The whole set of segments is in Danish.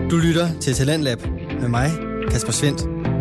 Du lytter til Talentlab med mig, Kasper Svendt.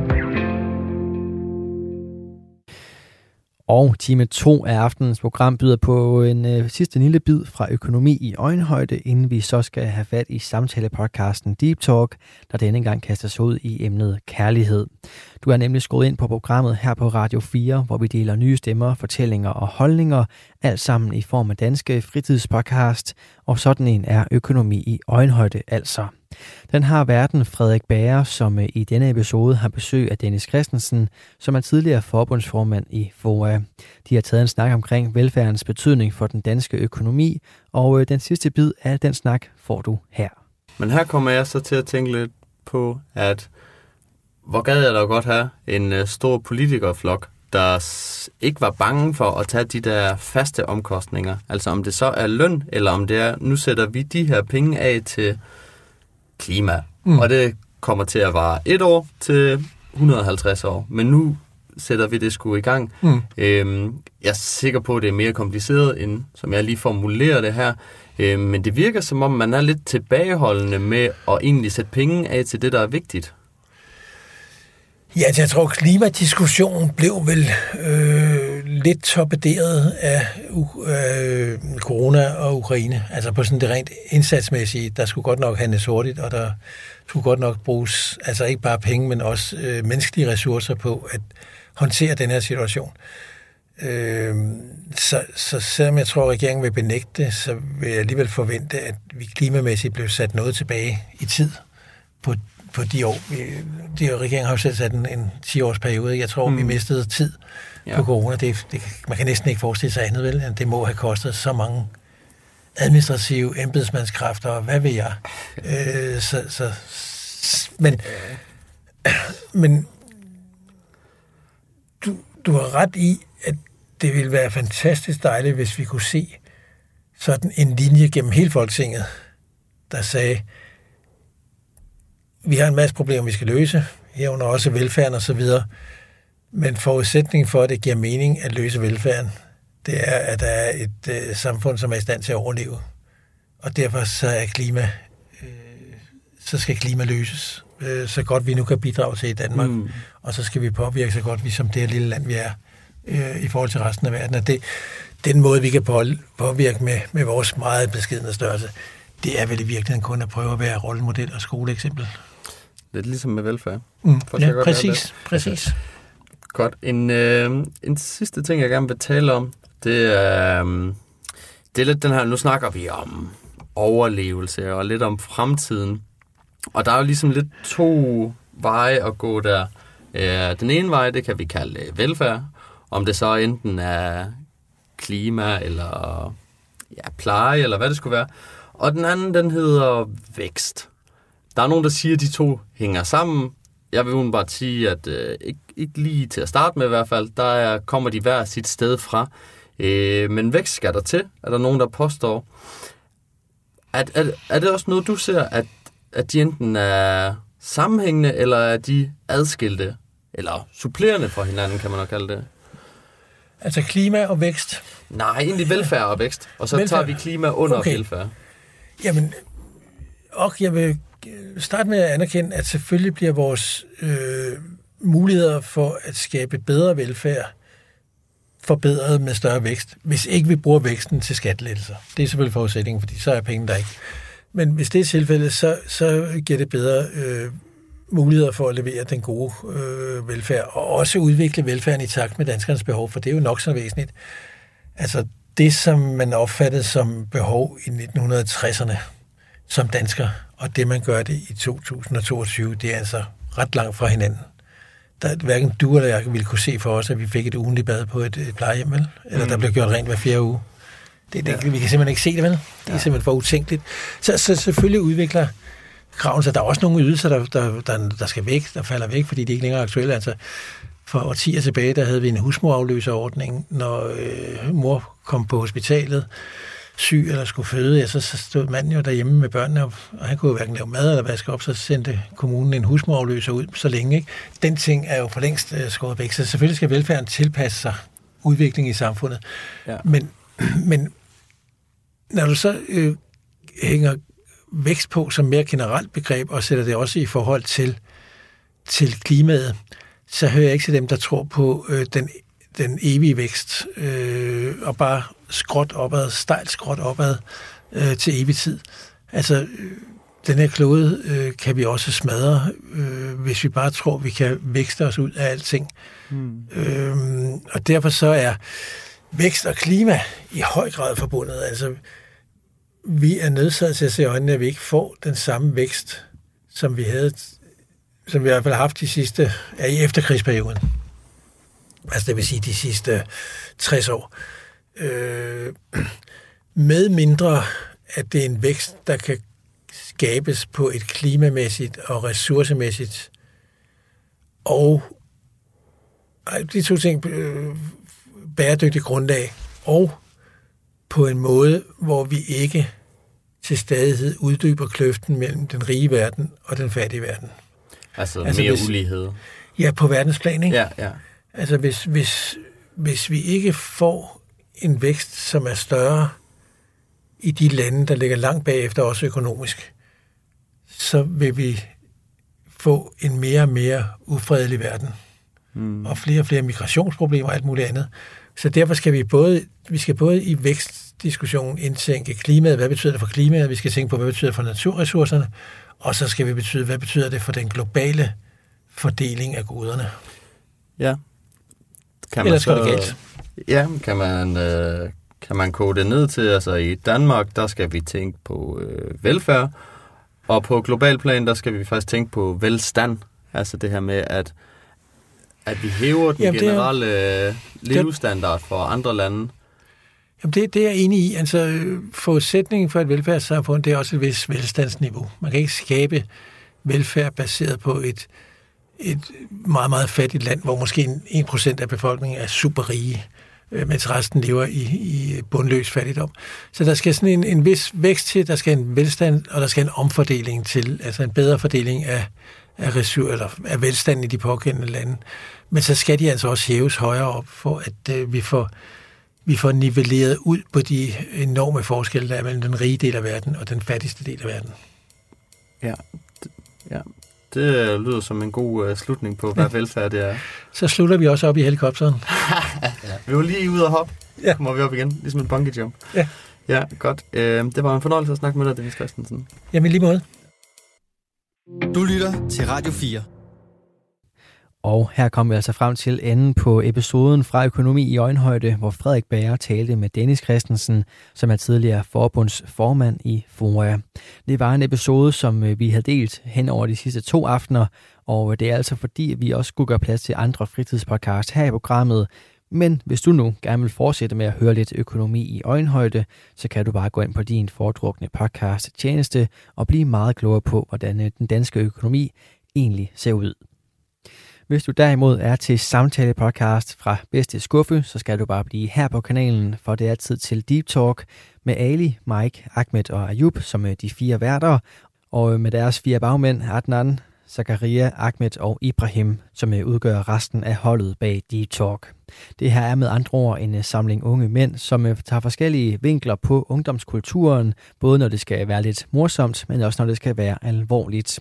Og time 2 af aftenens program byder på en sidste lille bid fra økonomi i øjenhøjde, inden vi så skal have fat i samtalepodcasten Deep Talk, der denne gang kaster sig ud i emnet kærlighed. Du er nemlig skruet ind på programmet her på Radio 4, hvor vi deler nye stemmer, fortællinger og holdninger, alt sammen i form af danske fritidspodcast, og sådan en er økonomi i øjenhøjde altså. Den har værten Frederik Bager, som i denne episode har besøg af Dennis Christensen, som er tidligere forbundsformand i FOA. De har taget en snak omkring velfærdens betydning for den danske økonomi, og den sidste bid af den snak får du her. Men her kommer jeg så til at tænke lidt på, at hvor gad jeg da godt have en stor politikerflok, der ikke var bange for at tage de der faste omkostninger. Altså om det så er løn, eller om det er, nu sætter vi de her penge af til klima. Og det kommer til at vare 1 år til 150 år. Men nu sætter vi det sgu i gang. Jeg er sikker på, at det er mere kompliceret, end som jeg lige formulerer det her. Men det virker som om, man er lidt tilbageholdende med at egentlig sætte penge af til det, der er vigtigt. Ja, jeg tror, klimadiskussionen blev vel lidt torpederet af corona og Ukraine. Altså på sådan det rent indsatsmæssige, der skulle godt nok handles hurtigt, og der skulle godt nok bruges, altså ikke bare penge, men også menneskelige ressourcer på at håndtere den her situation. Så selvom jeg tror, at regeringen vil benægte det, så vil jeg alligevel forvente, at vi klimamæssigt blev sat noget tilbage i tid på de år. Regeringen har jo selv sat en 10-års periode. Jeg tror, vi mistede tid på corona. Man kan næsten ikke forestille sig andet, vel? Det må have kostet så mange administrative embedsmandskræfter, og hvad ved jeg. Men du har ret i, at det ville være fantastisk dejligt, hvis vi kunne se sådan en linje gennem hele Folketinget, der sagde, vi har en masse problemer, vi skal løse, herunder også velfærden og så videre. Men forudsætningen for, at det giver mening at løse velfærden, det er, at der er et samfund, som er i stand til at overleve. Og derfor så skal klima løses, så godt vi nu kan bidrage til i Danmark. Og så skal vi påvirke så godt vi som det lille land, vi er, i forhold til resten af verden. Og den måde, vi kan påvirke med vores meget beskedne størrelse, det er vel i virkeligheden kun at prøve at være rollemodel og skoleeksempel. Lidt ligesom med velfærd. Ja, præcis. Godt. En sidste ting, jeg gerne vil tale om, det er lidt den her, nu snakker vi om overlevelse og lidt om fremtiden. Og der er jo ligesom lidt 2 veje at gå der. Den ene vej, det kan vi kalde velfærd. Om det så enten er klima eller pleje, eller hvad det skulle være. Og den anden, den hedder vækst. Der er nogen, der siger, at de 2 hænger sammen. Jeg vil bare sige, at ikke lige til at starte med i hvert fald, kommer de hver sit sted fra. Men vækst skal der til, er der nogen, der påstår. Er det også noget, du ser, at de enten er sammenhængende, eller er de adskilte, eller supplerende for hinanden, kan man nok kalde det? Altså klima og vækst? Nej, egentlig velfærd og vækst. Og så tager vi klima under velfærd. Jamen, jeg vil starte med at anerkende, at selvfølgelig bliver vores muligheder for at skabe bedre velfærd forbedret med større vækst, hvis ikke vi bruger væksten til skattelettelser. Det er selvfølgelig forudsætningen, fordi så er penge der ikke. Men hvis det er tilfældet, så giver det bedre muligheder for at levere den gode velfærd, og også udvikle velfærden i takt med danskernes behov, for det er jo nok så væsentligt. Altså det, som man opfattede som behov i 1960'erne som dansker, og det, man gør det i 2022, det er altså ret langt fra hinanden. Der hverken du eller jeg ville kunne se for os, at vi fik et ugentligt bad på et plejehjem, vel? Eller der blev gjort rent hver 4. uge. Vi kan simpelthen ikke se det, vel? Det er simpelthen for utænkeligt. Så selvfølgelig udvikler kraven, så der er også nogle ydelser, der skal væk, der falder væk, fordi de ikke længere er aktuelle. Altså, for årtier tilbage, der havde vi en husmorafløserordning, når mor kom på hospitalet, syg eller skulle føde, så stod manden jo derhjemme med børnene, og han kunne jo hverken lave mad eller vaske op, så sendte kommunen en husmorafløser ud så længe. Ikke? Den ting er jo for længst skåret væk, så selvfølgelig skal velfærden tilpasse sig udviklingen i samfundet. Ja. Men når du så hænger vækst på som mere generelt begreb, og sætter det også i forhold til klimaet, så hører jeg ikke til dem, der tror på den evige vækst, og bare stejlt skråt opad til evig tid. Altså, den her klode kan vi også smadre, hvis vi bare tror, vi kan vækste os ud af alting. Og derfor så er vækst og klima i høj grad forbundet. Altså, vi er nødsaget til at se i øjnene, at vi ikke får den samme vækst, som vi i hvert fald har haft i efterkrigsperioden. Altså det vil sige de sidste 60 år. Med mindre, at det er en vækst, der kan skabes på et klimamæssigt og ressourcemæssigt og de to ting bæredygtigt grundlag, og på en måde, hvor vi ikke til stadighed uddyber kløften mellem den rige verden og den fattige verden. Altså mere ulighed. Ja, på verdensplan, ikke? Ja. Altså hvis vi ikke får en vækst, som er større i de lande, der ligger langt bagefter også økonomisk, så vil vi få en mere og mere ufredelig verden. Og flere migrationsproblemer og alt muligt andet. Så derfor skal vi skal både i vækstdiskussionen indtænke klimaet, hvad betyder det for klimaet, vi skal tænke på, hvad betyder det for naturressourcerne, og så skal vi hvad betyder det for den globale fordeling af goderne. Ja. Ellers går det galt. Ja, kan man kode det ned til, altså i Danmark, der skal vi tænke på velfærd, og på global plan, der skal vi faktisk tænke på velstand. Altså det her med, at vi hæver den generelle levestandard for andre lande. Jamen det er jeg enig i. Altså forudsætningen for et velfærdssamfund, det er også et vis velstandsniveau. Man kan ikke skabe velfærd baseret på et meget, meget fattigt land, hvor måske 1% af befolkningen er super rige, mens resten lever i bundløs fattigdom. Så der skal sådan en vis vækst til, der skal en velstand, og der skal en omfordeling til, altså en bedre fordeling af velstanden i de pågældende lande. Men så skal de altså også hæves højere op, for at vi får nivelleret ud på de enorme forskelle, der er mellem den rige del af verden og den fattigste del af verden. Ja. Det lyder som en god slutning på, hvad velfærd det er. Så slutter vi også op i helikopteren. Vi var lige ude og hoppe. Ja. Kommer vi op igen, ligesom en bungee jump. Ja, godt. Det var en fornøjelse at snakke med dig, Dennis Christensen. Jamen lige måde. Du lytter til Radio 4. Og her kommer vi altså frem til enden på episoden fra Økonomi i Øjenhøjde, hvor Frederik Bager talte med Dennis Christensen, som er tidligere forbundsformand i FOA. Det var en episode, som vi havde delt hen over de sidste 2 aftener, og det er altså fordi, at vi også skulle gøre plads til andre fritidspodcasts her i programmet. Men hvis du nu gerne vil fortsætte med at høre lidt økonomi i øjenhøjde, så kan du bare gå ind på din foretrukne podcast tjeneste og blive meget klogere på, hvordan den danske økonomi egentlig ser ud. Hvis du derimod er til samtale-podcast fra bedste skuffe, så skal du bare blive her på kanalen, for det er tid til Deep Talk med Ali, Mike, Ahmed og Ayub som de 4 værter, og med deres 4 bagmænd, Adnan, Zakaria, Ahmed og Ibrahim, som udgør resten af holdet bag Deep Talk. Det her er med andre ord en samling unge mænd, som tager forskellige vinkler på ungdomskulturen, både når det skal være lidt morsomt, men også når det skal være alvorligt.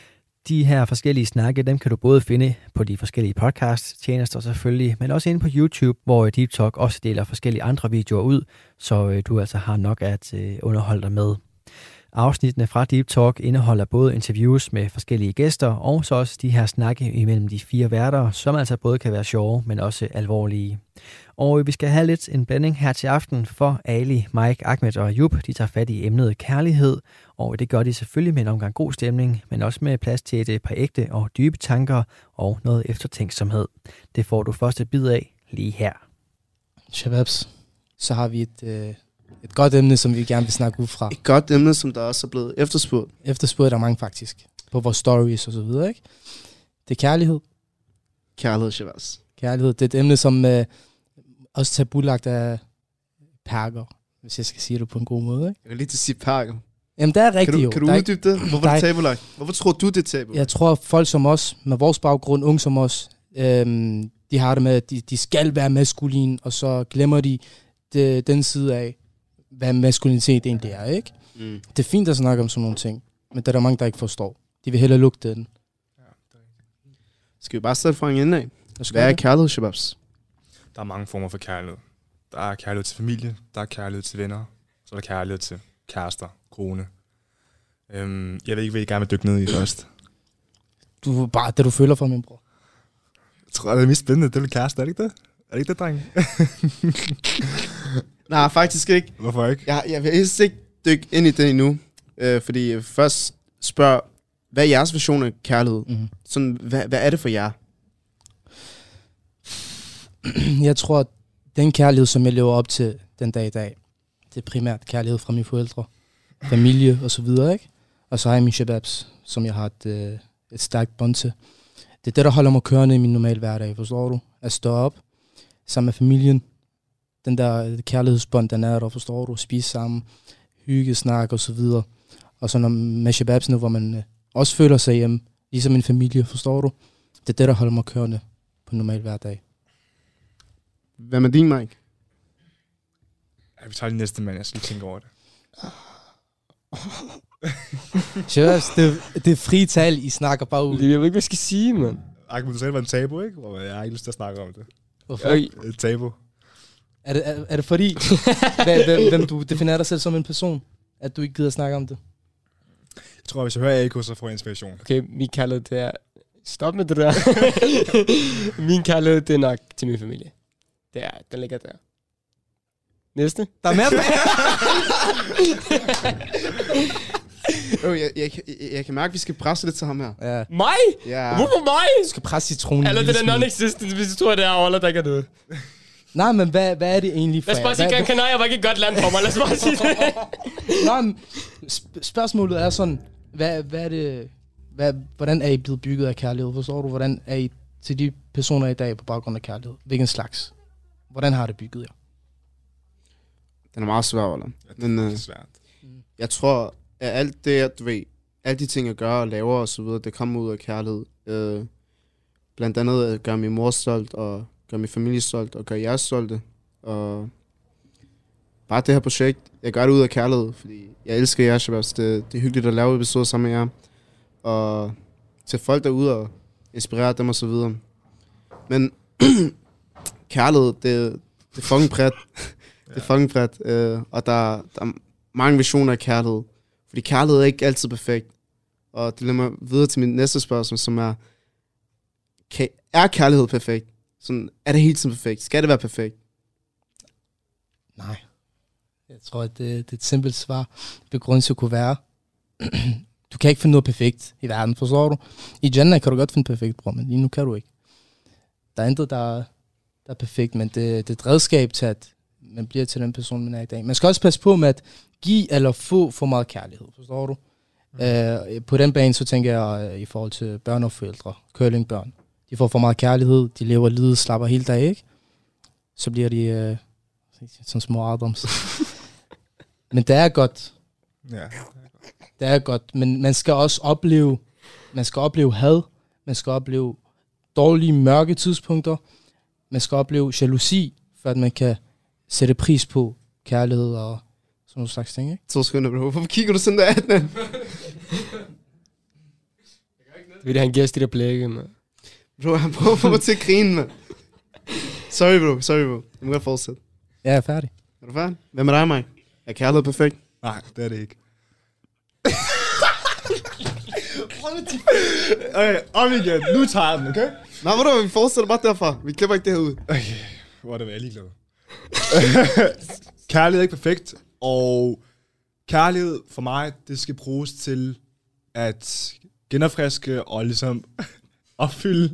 De her forskellige snakke, dem kan du både finde på de forskellige podcast-tjenester selvfølgelig, men også inde på YouTube, hvor Deep Talk også deler forskellige andre videoer ud, så du altså har nok at underholde dig med. Afsnittene fra Deep Talk indeholder både interviews med forskellige gæster, og så også de her snakke imellem de 4 værter, som altså både kan være sjove, men også alvorlige. Og vi skal have lidt en blanding her til aften, for Ali, Mike, Ahmed og Ayub, de tager fat i emnet kærlighed, og det gør de selvfølgelig med en omgang god stemning, men også med plads til et par ægte og dybe tanker og noget eftertænksomhed. Det får du første bid af lige her. Shababs, så har vi et godt emne, som vi gerne vil snakke ud fra. Et godt emne, som der også er blevet efterspurgt. Efterspurgt er mange faktisk, på vores stories og så videre, ikke? Det er kærlighed. Kærlighed, Shababs. Kærlighed, det er et emne, som også tabulagt af perker, hvis jeg skal sige det på en god måde, ikke? Jeg kan lige til at sige perker. Jamen, det er rigtigt jo. Kan du uddybe det? Hvorfor er det tabulagt? Hvorfor tror du, det er tabulagt? Jeg tror, folk som os, med vores baggrund, unge som os, de har det med, at de skal være maskuline, og så glemmer de den side af, hvad maskulinitet egentlig er, ikke? Det er fint at snakke om sådan nogle ting, men der er der mange, der ikke forstår. De vil hellere lugte den. Skal vi bare starte fra en ende af? Hvad er kærlighed, Shababs? Der er mange former for kærlighed. Der er kærlighed til familie, der er kærlighed til venner, så er der kærlighed til kærester, kone. Jeg ved ikke, hvad I gerne vil dykke ned i først. Du er bare det, du føler for min bror. Jeg tror, det er mest spændende, det er kæreste, er det ikke det? Er det ikke det, dreng? Nej, faktisk ikke. Hvorfor ikke? Jeg vil helst ikke dykke ind i det endnu, fordi jeg først spørger, hvad er jeres version af kærlighed? Mm-hmm. Sådan, hvad er det for jer? Jeg tror, at den kærlighed, som jeg lever op til den dag i dag, det er primært kærlighed fra mine forældre, familie og så videre, ikke? Og så har jeg mine shababs, som jeg har et stærkt bånd til. Det er det, der holder mig kørende i min normale hverdag, forstår du? At stå op sammen med familien. Den der kærlighedsbånd, den er der, forstår du? Spise sammen, hygge, snakke og så videre. Og så når med shababsene, hvor man også føler sig hjemme, ligesom en familie, forstår du? Det er det, der holder mig kørende på en normal hverdag. Hvad med din, Mike? Ja, vi tager de næste mand, jeg skal lige tænke over det. Shababs, det er fri tal, I snakker bare ud. Jeg ved ikke, hvad jeg skal sige, mand. Ej, men du sagde, det var en tabu, ikke? Hvor jeg har ikke lyst til at snakke om det. Hvorfor? Et tabu. Er det fordi, hvem du definerer dig selv som en person, at du ikke gider snakke om det? Jeg tror, hvis jeg hører Eko, så får jeg inspiration. Okay, min kærlighed, det er... Stop med det der. Min kærlighed, det er nok til min familie. Det er, den ligger der. Næste. Der er mere Jeg kan mærke, at vi skal presse lidt til ham her. Ja. Mig? Ja. Hvorfor mig? Du skal presse citronen. Eller det er non-existent, hvis du tror, det er overholder, der ikke er noget. Nej, men hvad er det egentlig for lad os bare sige, Gran Canaria var ikke et godt land for mig. Lad os bare sige det. Nej, men spørgsmålet er sådan, hvad er det... hvordan er I blevet bygget af kærlighed? Forstår du, hvordan er I til de personer i dag på baggrund af kærlighed? Hvilken slags? Hvordan har det bygget jer? Den er meget svær, eller? Men Det er svært. jeg tror, at alt det, du ved, alle de ting, jeg gør og laver og så videre, det kommer ud af kærlighed. Blandt andet at gøre min mor stolt, og gøre min familie stolt, og gøre jer stolte. Og bare det her projekt, jeg gør det ud af kærlighed, fordi jeg elsker jer, Shababs. Det er hyggeligt at lave episoder sammen med jer. Og til folk derude og inspirere dem og så videre. Men kærlighed, det er fucking bredt. Det er fucking bredt. Og der er mange visioner af kærlighed. Fordi kærlighed er ikke altid perfekt. Og det leder mig videre til min næste spørgsmål, som er, er kærlighed perfekt? Sådan, er det helt tiden perfekt? Skal det være perfekt? Nej. Jeg tror, at det er et simpelt svar. Begrundelse kunne være, du kan ikke finde noget perfekt i verden, forstår du? I Jannah kan du godt finde perfekt, bror, men lige nu kan du ikke. Der er intet, der er perfekt, men det er et redskab til, at man bliver til den person, man er i dag. Man skal også passe på med at give eller få for meget kærlighed, forstår du? På den bane, så tænker jeg i forhold til børn og forældre, curlingbørn. De får for meget kærlighed, de lever livet, slapper hele dag, ikke? Så bliver de sådan små Adams. Men det er godt. Ja. Det er godt, men man skal også opleve had, man skal opleve dårlige, mørke tidspunkter, man skal opleve jalousi, for at man kan sætte pris på kærlighed og sådan nogle slags ting, ikke? 2 sekunder, bro. Hvorfor kigger du sådan der, Adnan? Vil han gæste de der blikke, man? Bro, han prøver at få mig til at grine, man. Sorry, bro. Jeg må godt fortsætte. Ja, jeg er færdig. Er du færdig? Hvem er dig, Mike? Er kærlighed perfekt? Nej, det er det ikke. Okay, om igen. Nu tager jeg den, okay? Nej, hvor vi fortsætter bare derfra. Vi klipper ikke det her ud. Okay, hvor er det jeg ligeglad. Kærlighed er ikke perfekt, og kærlighed for mig, det skal bruges til at genopfriske og ligesom opfylde.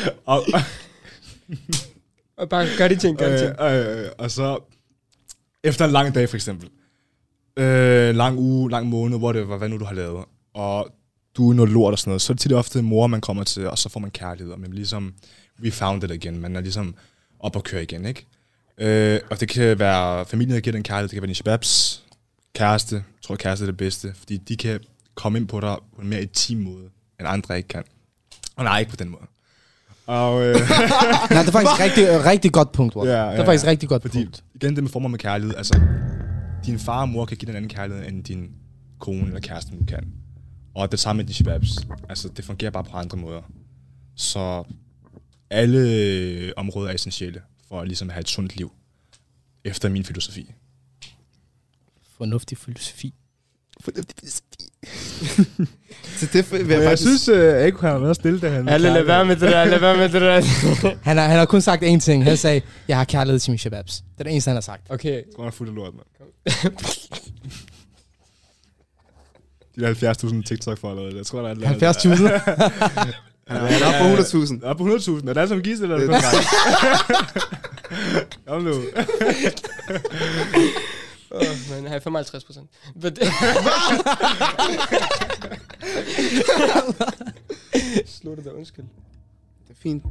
Og bare gør de ting, og så efter en lang dag for eksempel, lang uge, lang måned, hvor det var, hvad nu du har lavet, og du er noget lort og sådan noget, så er det tit ofte mor, man kommer til, og så får man kærlighed, og man ligesom refound it igen, man er ligesom op og køre igen, ikke? Og det kan være familien, der giver den kærlighed, det kan være din shababs, kæreste, jeg tror kæreste er det bedste, fordi de kan komme ind på dig på en mere intim måde, end andre ikke kan. Og nej, ikke på den måde. Og, nej, det er faktisk rigtig godt punkt, bro. Ja, det er faktisk rigtig godt fordi, punkt. Igen det med former med kærlighed, altså din far og mor kan give den anden kærlighed, end din konen eller kæresten, du kan. Og det samme med de shababs. Altså, det fungerer bare på andre måder. Så alle områder er essentielle for ligesom at have et sundt liv. Efter min filosofi. Fornuftig filosofi. Så det vil jeg Jeg faktisk... synes, jeg ikke har været stille, da han... Lad være med det der. Han har kun sagt én ting. Han sagde, jeg har kærlighed til mine shababs. Det er det eneste, han har sagt. Okay. Jeg tror, han er fuld af lort, mand. De der 70.000 TikTok-followere, jeg tror, der er... 70.000? Han er oppe på 100.000. Der er på 100.000. Er det alt som gives, eller er det kun Kom nu. Men jeg har 55%. Slå det der, undskyld. Det er fint.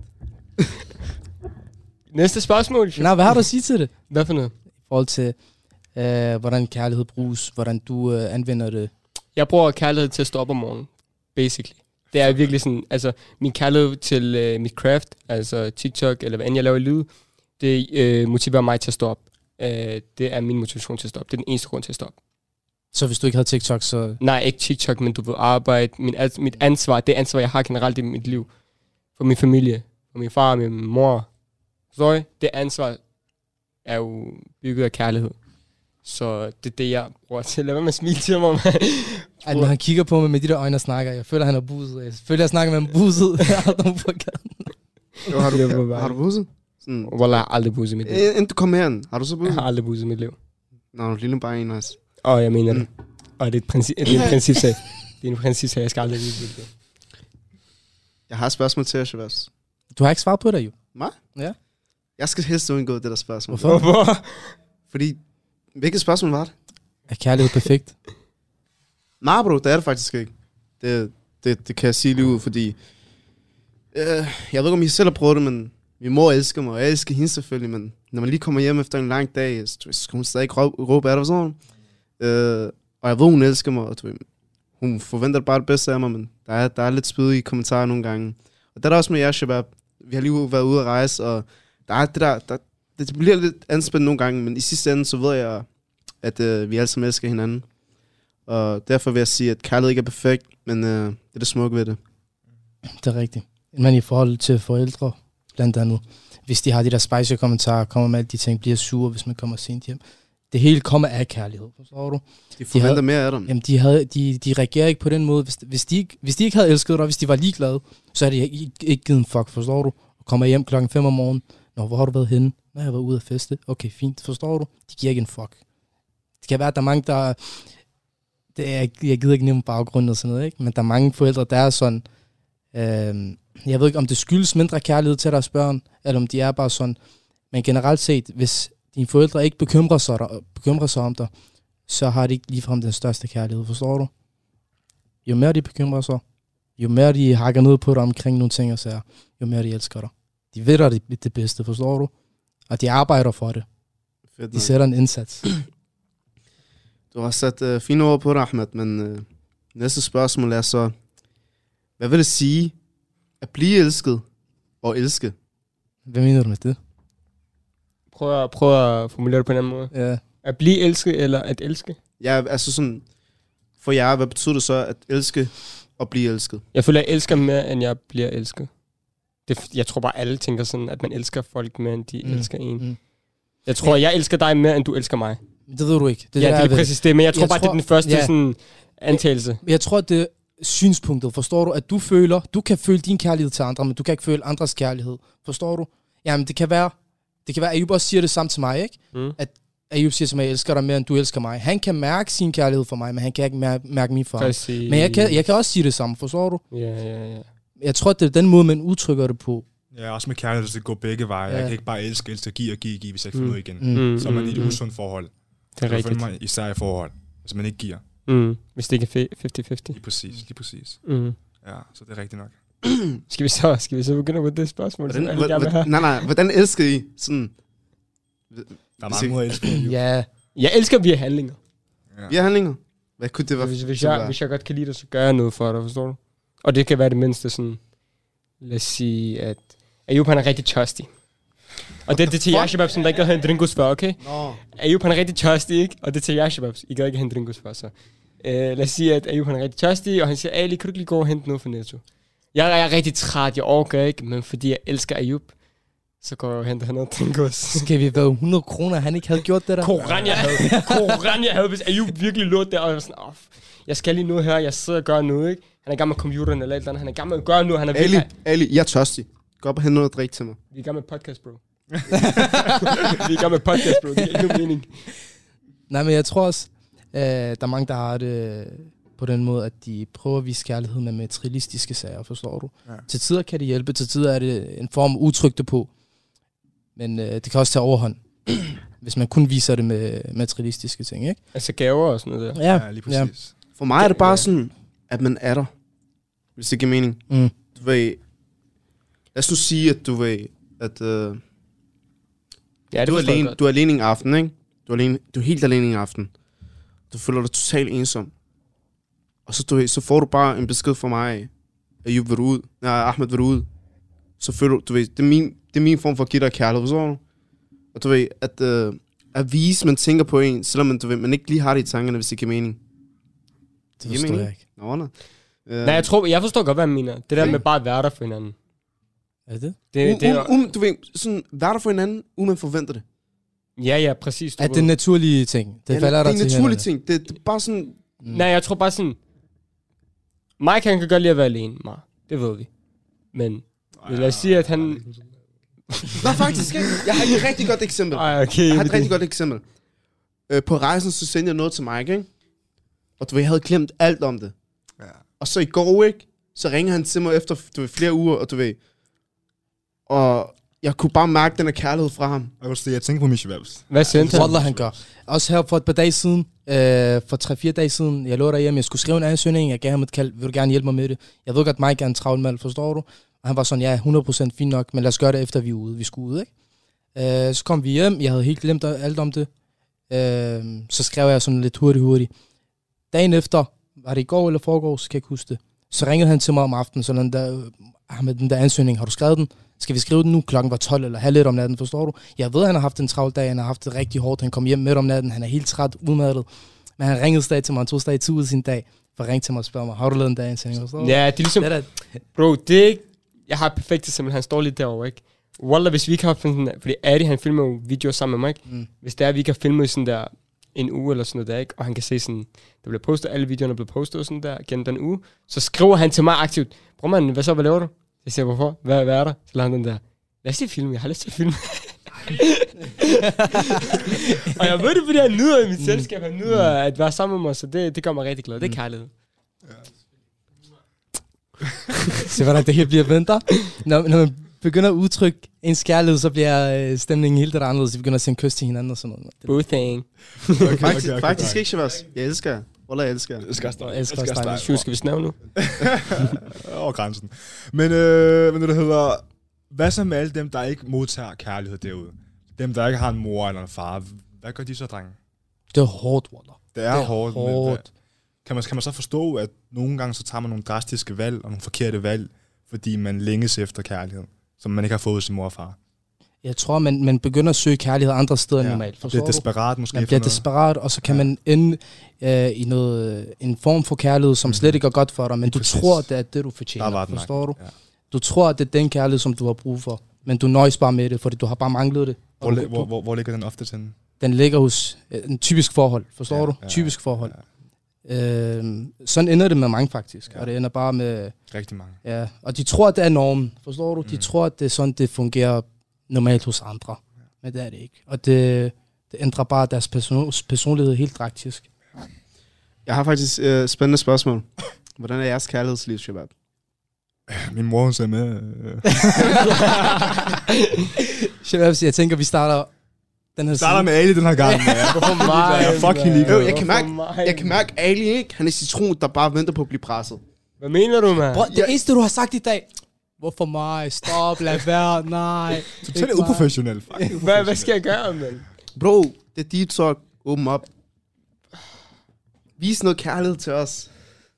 Næste spørgsmål. Nå, hvad har du at sige til det? Hvad for noget? I forhold til, hvordan kærlighed bruges, hvordan du anvender det. Jeg bruger kærlighed til at stå op om morgenen, basically. Det er virkelig sådan, altså min kærlighed til mit craft, altså TikTok, eller hvad end jeg laver i lyd, det motiverer mig til at stå op. Det er min motivation til at stå op. Det er den eneste grund til at stå op. Så hvis du ikke havde TikTok, så... Nej, ikke TikTok, men du vil arbejde. Mit ansvar, det ansvar, jeg har generelt i mit liv. For min familie, for min far og min mor. Så det ansvar er jo bygget af kærlighed. Så det er det, jeg bruger til. Lad være med at smile til mig. At når han kigger på mig med de der øjne og snakker, jeg føler, han er buset. Jeg føler, jeg snakker med ham buset. Har du busset? Sådan. Wallah, jeg har aldrig busset i mit liv. Inden du kom herhen, har du så busset? Jeg har aldrig busset i mit liv. Nå, du ligner bare en af os. Jeg mener det. Og det er et principsag. Det er en principsag, jeg skal aldrig vide mit liv. Jeg har et spørgsmål til jer, Shabazz. Du har ikke svaret på det, jo. Hvad? Ja. Jeg skal helst undgå det der spørgsmål. Hvorfor? Fordi, hvilket spørgsmål var det? Er kærlighed perfekt? Nej, bro, det er det faktisk ikke. Det kan jeg sige lige ud, fordi... jeg ved ikke, om I selv har prøvet det, men min mor elsker mig, og jeg elsker hende selvfølgelig, men når man lige kommer hjem efter en lang dag, så skal hun stadig råbe af dig sådan. Og jeg ved, hun elsker mig, og hun forventer bare det bedste af mig, men der er lidt spyd i kommentarer nogle gange. Og det er der også med jer, Shabab. Vi har lige været ude at rejse, og der er det der... Det bliver lidt anspændt nogle gange, men i sidste ende, så ved jeg, at vi alle sammen elsker hinanden. Og derfor vil jeg sige, at kærlighed ikke er perfekt, men det er det smukke ved det. Det er rigtigt. Men i forhold til forældre, blandt andet, hvis de har de der spicy kommentarer, kommer med alle de ting, bliver sure, hvis man kommer sent hjem. Det hele kommer af kærlighed, forstår du? De forventer mere af dem. Jamen, de reagerer ikke på den måde. Hvis de ikke havde elsket dig, hvis de var ligeglade, så havde de ikke givet en fuck, forstår du? Og kommer hjem 5:00 om morgenen. Nå, hvor har du været henne? Nå, jeg har været ude at feste. Okay, fint, forstår du? De giver ikke en fuck. Det kan være, at der er mange, der... jeg gider ikke nævne baggrund og sådan noget, ikke? Men der er mange forældre, der er sådan... jeg ved ikke, om det skyldes mindre kærlighed til deres børn, eller om de er bare sådan... Men generelt set, hvis dine forældre ikke bekymrer sig om dig, så har de ikke ligefrem den største kærlighed, forstår du? Jo mere de bekymrer sig, jo mere de hakker ned på dig omkring nogle ting og sager, jo mere de elsker dig. De ved dig det bedste, forstår du? Og de arbejder for det. Fedt, de sætter en indsats. Du har sat fine ord på det, Ahmed, men næste spørgsmål er så, hvad vil det sige at blive elsket og elske? Hvad mener du med det? Prøv at formulere det på en anden måde. Ja. At blive elsket eller at elske? Ja, altså sådan, for jer, hvad betyder det så at elske og blive elsket? Jeg føler, jeg elsker mere, end jeg bliver elsket. Jeg tror bare, alle tænker sådan, at man elsker folk mere, end de elsker en. Mm. Jeg tror, jeg elsker dig mere, end du elsker mig. Det ved du ikke. Det er præcis det, men jeg tror bare, det er den første sådan antagelse. Jeg tror, det er synspunktet, forstår du? At du kan føle din kærlighed til andre, men du kan ikke føle andres kærlighed. Forstår du? Jamen, det kan være, Ayub også siger det samme til mig, ikke? Mm. At Ayub siger til mig, jeg elsker dig mere, end du elsker mig. Han kan mærke sin kærlighed for mig, men han kan ikke mærke min for ham. Men jeg kan også sige det samme, forstår du? Ja. Jeg tror, det er den måde, man udtrykker det på. Ja, også med kærlighed, det går begge veje. Jeg kan ikke bare elske, give, hvis jeg ikke får noget igen. Så er man i et usundt forhold. Det er rigtigt. Man især i forhold, hvis man ikke giver. Hvis det ikke er 50-50. Lige præcis. Ja, så det er rigtigt nok. Skal vi så begynde på det spørgsmål? Nej, hvordan elsker I? Sådan, der er mange måder at elske. Ja. Jeg elsker via handlinger. Ja. Via handlinger? Hvad kunne det være? Hvis jeg godt kan lide dig, så gør jeg noget for dig, forstår du? Og det kan være det mindste sådan... Lad os sige, at Ayub han er rigtig thirsty. Og det er til jer, Shabab, som der ikke har en drinkos for, okay? Ayub han er rigtig thirsty, ikke? Og det er til jer, Shabab, I kan ikke have en drinkos for, så... Lad os sige, at Ayub han er rigtig tørstig, og han siger, Ali, kan du ikke lige gå og hente noget for Netto? Jeg er rigtig træt, jeg overgår ikke, men fordi jeg elsker Ayub, så går jeg og henter noget tænkos. Skal vi være 100 kroner, han ikke havde gjort det der? Koran, jeg havde, hvis Ayub virkelig lå der, og jeg var sådan, jeg skal lige nu her, jeg sidder og gør noget, ikke? Han er i gang med computeren eller et eller andet, han er i gang med at gøre noget, han er Ali, jeg er tørstig. Gå op og hente noget at drikke til mig. Vi er i gang med podcast, bro. Vi er i gang med podcast, bro. Det er ikke mening. Nej, men jeg tror også, der er mange, der har det på den måde, at de prøver at vise kærlighed med materialistiske sager, forstår du? Ja. Til tider kan det hjælpe, til tider er det en form udtryk det på. Men det kan også tage overhånd, hvis man kun viser det med materialistiske ting, ikke? Altså gaver og sådan noget der. Ja, lige præcis. Ja. For mig er det bare sådan, at man er der. Hvis det giver mening. Du ved, lad os nu sige, at du ved, at ja, du er alene en aften, ikke? Du er helt alene en aften. Du føler dig totalt ensom. Og så får du bare en besked fra mig. Ayub, vil du ud? Nej, Ahmed, vil du ud? Så føler du ved, det er min form for at give dig kærlighed, forstår du? Og du ved, at vise, man tænker på en, selvom man ikke lige har det i tankerne, hvis det giver mening. Det forstår jeg ikke. Nej, jeg forstår godt, hvad jeg mener. Det der med bare at være der for hinanden. Er det? Du ved, sådan, være der for hinanden, uden man forventer det. Ja, præcis. At det er naturlige ting. Det falder der til. Det er naturlige ting. Det er bare sådan... Nej, jeg tror bare sådan... Mike, han kan godt lide at være alene, det ved vi. Men lad os sige, at han... Nej, faktisk ikke. Jeg har et rigtig godt eksempel. Okay, jeg har et rigtig godt eksempel. På rejsen, så sendte jeg noget til Mike, ikke? Og du ved, jeg havde glemt alt om det. Ja. Og så i går, ikke? Så ringer han til mig efter flere uger, og du ved... Og jeg kunne bare mærke den her kærlighed fra ham. Jeg tænker på Michel Babs. Hvad sendte han? Wallah, han gør. Også her for et par dage siden, for 3-4 dage siden, jeg lå derhjemme, jeg skulle skrive en ansøgning, jeg gav ham et kald, vil du gerne hjælpe mig med det? Jeg ved godt, Mike er en travl mand, forstår du? Og han var sådan, ja, 100% fint nok, men lad os gøre det efter vi er ude. Vi skulle ud, ikke? Så kom vi hjem, jeg havde helt glemt alt om det. Så skrev jeg sådan lidt hurtigt. Dagen efter, var det i går eller forgårs, kan jeg ikke huske det, så ringede han til mig om aftenen, sådan der, med den der ansøgning, har du skrevet den? Skal vi skrive den nu? Klokken var 12 eller halv 1 om natten, forstår du? Jeg ved, han har haft en travl dag, han har haft det rigtig hårdt, han kom hjem midt om natten, han er helt træt, udmattet. Men han ringede stadig til mig, han tog stadig ud sin dag, for at ringe til mig og spørge mig, har du lavet en dag ansøgning, forstår du? Ja, det er ligesom, bro, det er ikke, jeg har et perfekt eksempel, han står lige derovre, ikke? Wallah, hvis vi ikke har filmet, fordi Adi, han filmer jo videoer sammen med mig, ikke? Hvis det er, vi ikke har filmet sådan der en uge eller sådan noget der, ikke? Og han kan se sådan, der bliver postet, alle videoerne bliver postet sådan der gennem den uge, så skriver han til mig aktivt, bror man, hvad laver du? Jeg siger, hvorfor? Hvad er der? Så lader han den der, lad os lige filme, jeg har lyst til at filme. Og jeg ved det, fordi han nyder i mit selskab, han nyder at være sammen med mig, så det gør mig rigtig glad, det er kærlighed. Se, hvordan det helt bliver vendt der. Når man begynder at udtrykke ens kærlighed, så bliver stemningen helt anderledes. Vi begynder at sende kys til hinanden og sådan noget. Bothing. Faktisk ikke, Shabazz. Jeg elsker jer. Wallah, jeg elsker jer. Jeg elsker dig. Skal vi snave nu? Over grænsen. Men det hedder, hvad så med alle dem, der ikke modtager kærlighed derude? Dem, der ikke har en mor eller en far. Hvad gør de så, drenge? Det er hårdt, Wallah. Det er hårdt. Kan man så forstå, at nogle gange så tager man nogle drastiske valg og nogle forkerte valg, fordi man længes efter kærlighed, som man ikke har fået hos sin mor og far? Jeg tror, man begynder at søge kærlighed andre steder end normalt. Man bliver desperat måske. Man bliver desperat, og så kan man ende i en form for kærlighed, som slet ikke er godt for dig, men du tror, det er det, du fortjener. Forstår du? Ja. Du tror, det er den kærlighed, som du har brug for, men du nøjes bare med det, fordi du har bare manglet det. Hvor ligger den ofte til? Den ligger hos en typisk forhold, forstår du? Typisk forhold. Sådan ender det med mange faktisk, og det ender bare med... Rigtig mange. Ja, og de tror, det er normen, forstår du? De tror, at det er sådan, det fungerer normalt hos andre, men det er det ikke. Og det ændrer bare deres personlighed helt drastisk. Jeg har faktisk et spændende spørgsmål. Hvordan er jeres kærlighedsliv, Shabab? Min mor, hun ser med. Shabab, jeg tænker, vi starter den her starter med Ali den her gang. For mig. Jeg fucking ligeglad. Jeg kan mærke Ali, ikke? Han er citron, der bare venter på at blive presset. Hvad mener du, man? Det eneste, du har sagt i dag. Hvorfor mig? Stop, lad være, nej. Totalt uprofessionelt. Hvad skal jeg gøre, man? Bro, det er deep talk. Åben op. Vis noget kærlighed til os.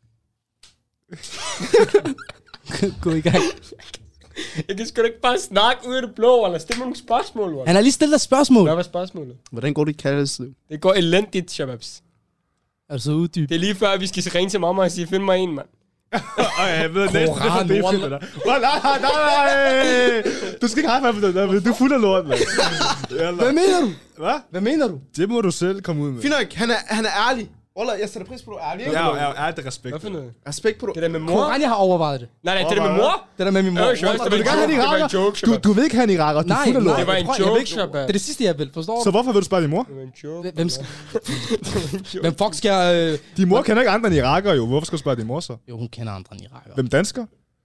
Gå i gang. Jeg kan sgu da ikke bare snakke ud af det blå, eller stille mig nogle spørgsmål. Han har lige stillet dig spørgsmål. Hvad var spørgsmålet? Hvordan går det i kærlighedsliv? Det går elendigt, Shababs. Altså uddyb. Det er lige før, vi skal ringe til mamma og sige, find mig en, mand. Jeg ved næsten, det er det fedt, der. Nej. Du skal ikke have mig på det. Du er fuld af lort, mand. Hvad mener du? Hvad? Hvad mener du? Det må du selv komme ud med. Fint nok, han er ærlig. Wallah, jeg sætter pris på, at du er ærlig. Ja, det respekt. Hvad for noget? Respekt på, du. Det der med mor? Koran, jeg har overvejet det. Nej, det der med mor? Det der med min mor. Det var en joke. Du vil ikke have en iraker, du er fuld af lort. Det var en joke, Shabab. Det er det sidste, jeg vil, forstår du? Så hvorfor vil du spørge din mor? Det var en joke. Hvem fuck skal jeg... Din mor kender ikke andre end irakere, jo. Hvorfor skal du spørge din mor så? Jo, hun kender andre end irakere. Hvem dansker?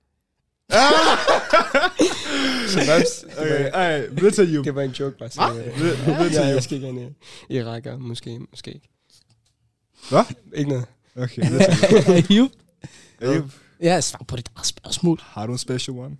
Okay, ved til you. Det var en joke, bare så. Jeg skal ikke have en iraker. Måske ikke. Hvad? Ikke noget. Okay, Ayub? Ja, svar på det spørgsmål. har du en special one?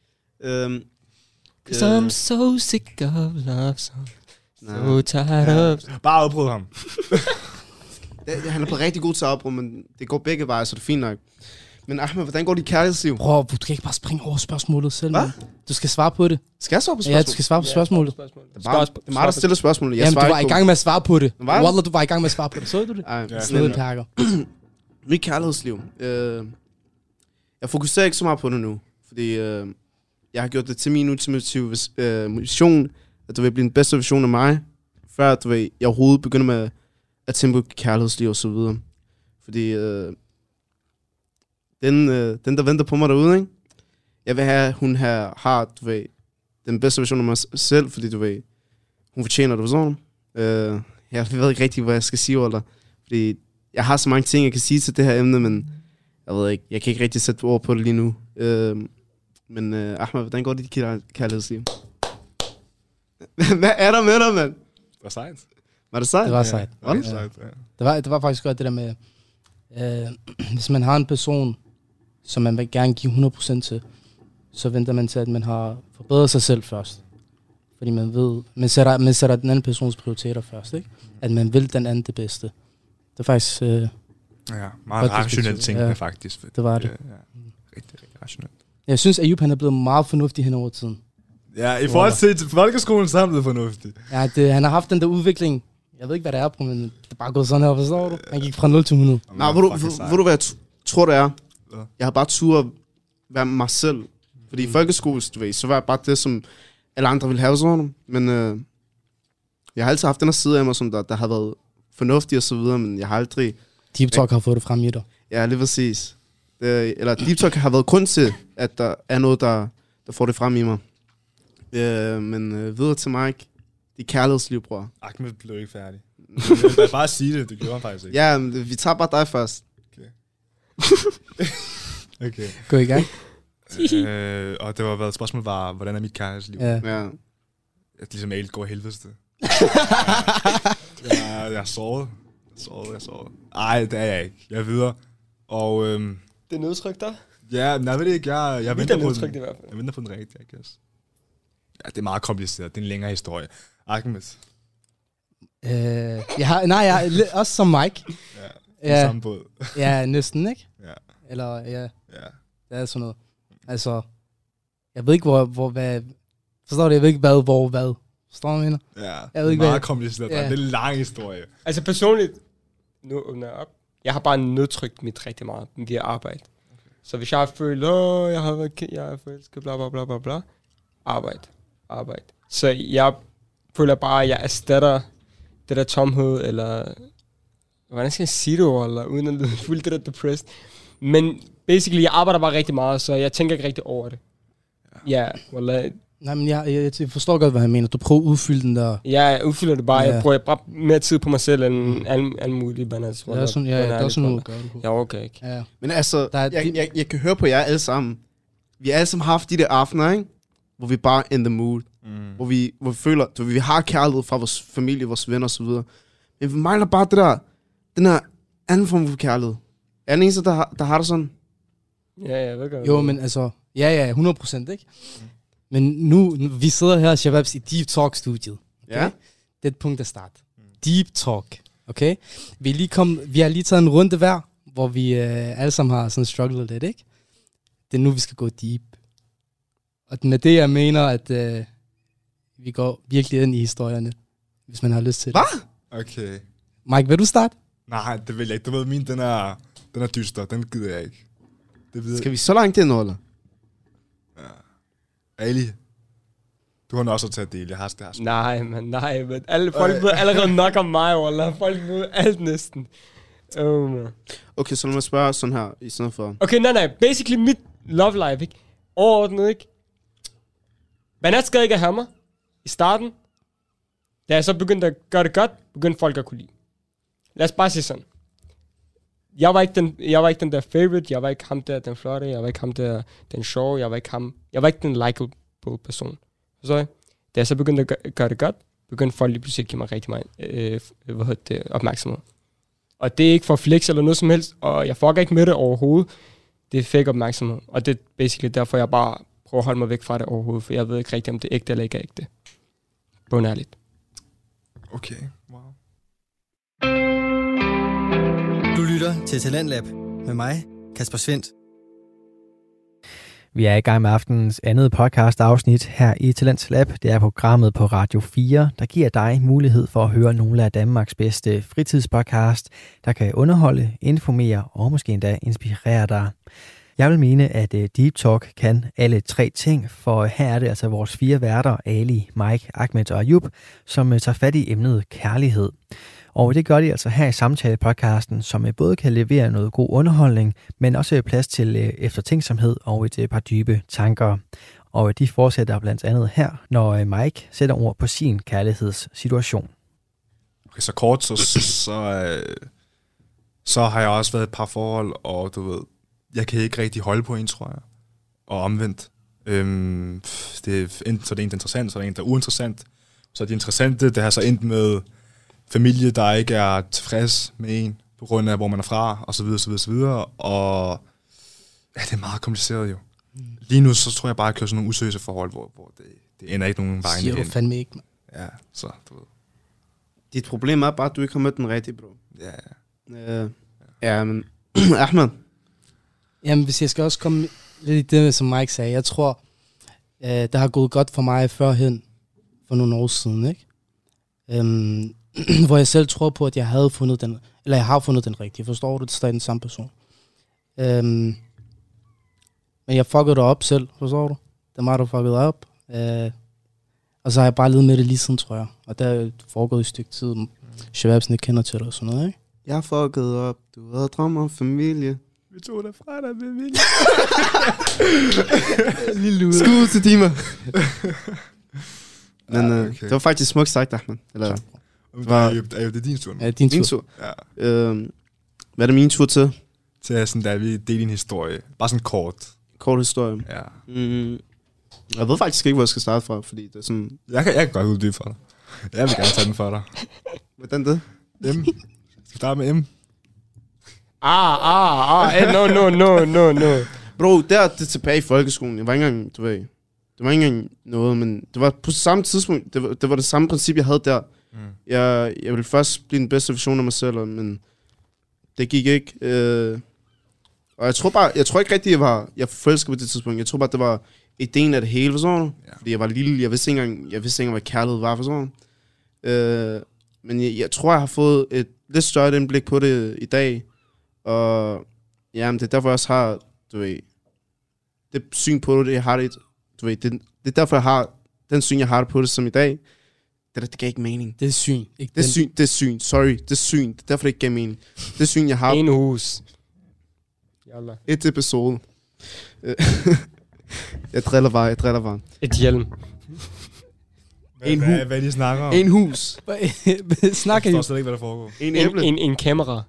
I'm so sick of love songs. So tired of... Bare afbryd ham. Han er på rigtig god til at afbryde, men det går begge veje, så det er fint nok. Men Ahmed, hvordan går dit kærlighedsliv? Bror, du kan ikke bare springe over spørgsmålet selv. Hvad? Man. Du skal svare på det. Skal jeg svare på spørgsmålet? Ja, du skal svare på spørgsmålet. Det er mig, der stiller spørgsmålet. Jamen, du var i gang med at svare på det. Hvad? Wallah, du var i gang med at svare på det. Så du det? Ej, Snede perker. Mit kærlighedsliv. Jeg fokuserer ikke så meget på det nu, fordi jeg har gjort det til min ultimative mission, at du vil blive den bedste version af mig, før at jeg overhovedet begynder med at tænke på kærlighedsliv og så videre. Fordi den, der venter på mig derude, ikke? Jeg vil have, at hun har, du ved, den bedste version af mig selv, fordi du ved, hun fortjener det, forstår du? Jeg ved ikke rigtig, hvad jeg skal sige over dig, fordi jeg har så mange ting, jeg kan sige til det her emne, men jeg ved ikke, jeg kan ikke rigtig sætte ord på det lige nu. Men Ahmed, hvordan går dit kærlighedsliv? Hvad er der med dig, mand? Det var sejt. Var det sejt? Det var sejt. Ja, det var sejt, ja. Det var faktisk godt det der med, hvis man har en person, som man vil gerne give 100% til, så venter man til, at man har forbedret sig selv først. Fordi man ved, man sætter den anden persons prioriteter først, ikke? At man vil den anden det bedste. Det er faktisk... Ja, meget rationelt tænkende, ja, faktisk. Det var det. Ja, rigtig rationelt. Jeg synes, at Ayub han er blevet meget fornuftig hen over tiden. Ja, i forhold til folkeskolen, så er han blevet fornuftig. Ja, han har haft den der udvikling. Jeg ved ikke, hvad det er på, men det er bare gået sådan her, forstår du? Han gik fra 0 til 100. Nej, ved du, hvad jeg tror, det er? Jeg har bare tur være mig selv. Fordi i folkeskole, du ved, så var jeg bare det, som alle andre ville have sådan. Men jeg har altid haft den her side af mig, som der har været fornuftig og så videre, men jeg har aldrig... Deep Talk har fået det frem i dig. Ja, lige præcis. Eller Deep Talk har været grund til, at der er noget, der får det frem i mig. Men videre til Mike. Det er kærlighedsliv, bror. Ahmed blev ikke færdig. Jeg vil bare sige det gjorde han faktisk ikke. Ja, men vi tager bare dig først. Okay. Gå i gang. Og det var spørgsmålet var, hvordan er mit kærlighedsliv? Ja. At ligesom alt går helvedes det. Jeg er såret. Ej, det er jeg ikke. Jeg er videre. Og Det er nedtryk der? ja, men jeg ved det ikke. Jeg venter på den. I hvert fald. Jeg venter på den rigtige, I guess. Ja, det er meget kompliceret. Det er en længere historie. Ahmed. Jeg er også som Mike. Ja, samme båd. Ja, næsten, ikke? Ja. Eller, ja, Ja. det er sådan noget. Altså, jeg ved ikke, hvad... Forstår du? Jeg ved ikke, hvad. Forstår du, hvad jeg mener? Ja, Jeg ved ikke, meget hvad... kompliceret. Ja. Det er en lang historie. Altså personligt, nu åbner jeg op. Jeg har bare nedtrykt mit rigtig meget via arbejde. Okay. Så hvis jeg føler, jeg er forelsket, bla bla bla bla bla. Arbejde. Så jeg føler bare, at jeg erstatter det der tomhed, eller... Hvordan skal jeg sige det over, eller uden at lyde fuldt det der depressed. Men basically, jeg arbejder bare rigtig meget, så jeg tænker ikke rigtig over det. Ja, wallah. Nej, men jeg forstår godt, hvad han mener. Du prøver at udfylde den der... Ja, jeg udfylder det bare. Ja. Jeg bruger bare mere tid på mig selv, end alle mulige bananer. Det er sådan, det er sådan noget, gør du. Jeg overgår ikke. Ja. Men altså, jeg kan høre på jer alle sammen. Vi har alle sammen haft de der aftener, ikke? Hvor vi bare in the mood. Hvor vi føler, at vi har kærlighed fra vores familie, vores venner og så videre. Men vi mangler bare det der, den her anden form for kærlighed. Er den eneste, der har det sådan? Ja, jeg ved godt. Jo, men altså... Ja, 100%, ikke? Men nu, vi sidder her, Shababs, i Deep Talk-studiet. Okay? Ja. Det er et punkt at starte. Deep Talk, okay? Vi har lige taget en runde hver, hvor vi alle sammen har sådan strugglet lidt, ikke? Det er nu, vi skal gå deep. Og med det, jeg mener, at vi går virkelig ind i historierne, hvis man har lyst til det. Hvad? Okay. Mike, vil du starte? Nej, det vil jeg ikke. Du ved, min, den er dyster. Den gider jeg ikke. Det ved Skal vi så langt ind, eller? Ali, du har også taget del. Jeg har det her. Nej, men alle folk ved allerede nok om mig, eller folk ved alt næsten. Man. Okay, så lad mig spørge sådan her, i stedet for... Okay, nej. Basically, mit love life, ikke? Overordnet, ikke? Banat skal ikke have mig i starten. Da jeg så begyndte at gøre det godt, begyndte folk at kunne lide. Lad os bare sige sådan. Jeg var ikke den der favorite, jeg var ikke ham der, den flotte, jeg var ikke ham der, den sjove, jeg var ikke den likable person. Så da jeg så begyndte at gøre det godt, begyndte folk lige pludselig at give mig rigtig meget opmærksomhed. Og det er ikke for flex eller noget som helst, og jeg fucker ikke med det overhovedet. Det er fake opmærksomhed, og det er basically derfor, jeg bare prøver at holde mig væk fra det overhovedet, for jeg ved ikke rigtig, om det er ægte eller ikke er ægte. Bundærligt. Okay, wow. Du lytter til Talentlab med mig, Kasper Svendt. Vi er i gang med aftenens andet podcast-afsnit her i Talentlab. Det er programmet på Radio 4, der giver dig mulighed for at høre nogle af Danmarks bedste fritidspodcast, der kan underholde, informere og måske endda inspirere dig. Jeg vil mene, at Deep Talk kan alle tre ting, for her er det altså vores 4 værter, Ali, Mike, Ahmed og Ayub, som tager fat i emnet kærlighed. Og det gør de altså her i samtale-podcasten, som både kan levere noget god underholdning, men også plads til eftertænksomhed og et par dybe tanker. Og de fortsætter blandt andet her, når Mike sætter ord på sin kærlighedssituation. Okay, så kort, så har jeg også været et par forhold, og du ved, jeg kan ikke rigtig holde på en, tror jeg. Og omvendt. Så det er en, der er interessant, så er det en, der er uinteressant. Så det interessante, det har så endt med familie, der ikke er tilfreds med en, på grund af, hvor man er fra, og så videre, så videre, så videre. Og ja, det er meget kompliceret jo. Lige nu, så tror jeg bare, at jeg kører sådan nogle useriøse forhold, hvor det ender ikke nogen vejen igen. Siger du fandme ikke, man. Ja, så du ved. Dit problem er bare, at du ikke har mødt den rigtige, bro. Ja. Ja, men Ahmed. Jamen, hvis jeg skal også komme lidt i det, som Mike sagde. Jeg tror, det har gået godt for mig førhen, for nogle år siden, ikke? Hvor jeg selv tror på, at jeg har fundet den rigtige. Forstår du? Det er stadig den samme person. Men jeg fuckede det op selv, forstår du? Det er mig, der fuckede op. Og så har jeg bare levet med det lige siden, tror jeg. Og der er foregået et stykke tid. Shababsen ikke kender til det og sådan noget, ikke? Jeg fuckede op. Du havde drømmer om familie. Vi tog det fra dig med vilje. Skud til Dima. Men okay. det var faktisk smukt sagt, Ahmed. Eller, det er din tur nu. Ja, din tur. Ja. Hvad er det min tur til? Til at sådan, der vi deler en historie. Bare sådan kort. Kort historie. Ja. Jeg ved faktisk ikke, hvor jeg skal starte fra, fordi det er sådan... Jeg kan godt uddybe for dig. Jeg vil gerne tage den for dig. Hvordan det? M. Skal vi starte med M? No. Bro, det er tilbage i folkeskolen. Jeg var ikke engang, du ved... Det var ikke engang noget, men det var på samme tidspunkt, det var det samme princip, jeg havde der. Jeg ville først blive den bedste version af mig selv, men det gik ikke. Og jeg tror ikke rigtig, jeg forelskede på det tidspunkt. Jeg tror bare, det var ideen af det hele, forstår du? Ja. Fordi jeg var lille, jeg vidste ikke engang, hvad kærlighed var, forstår du? Men jeg tror, jeg har fået et lidt større indblik på det i dag. Og ja, det er derfor, jeg også har, du ved, det syn på det, jeg har det. Du ved, det er derfor, jeg har den syn, jeg har på det som i dag. Det gav ikke mening. Det er syn. Ikke det er syn. Sorry, det er syn. Det er derfor, det ikke gav mening. Det er syn, jeg har. En hus. Jalla. Et episode. Jeg driller bare. Et hjelm. Hvad er de snakker om? En hus. Snakker I? Jeg forstår slet ikke, hvad der foregår. En æble. En kamera.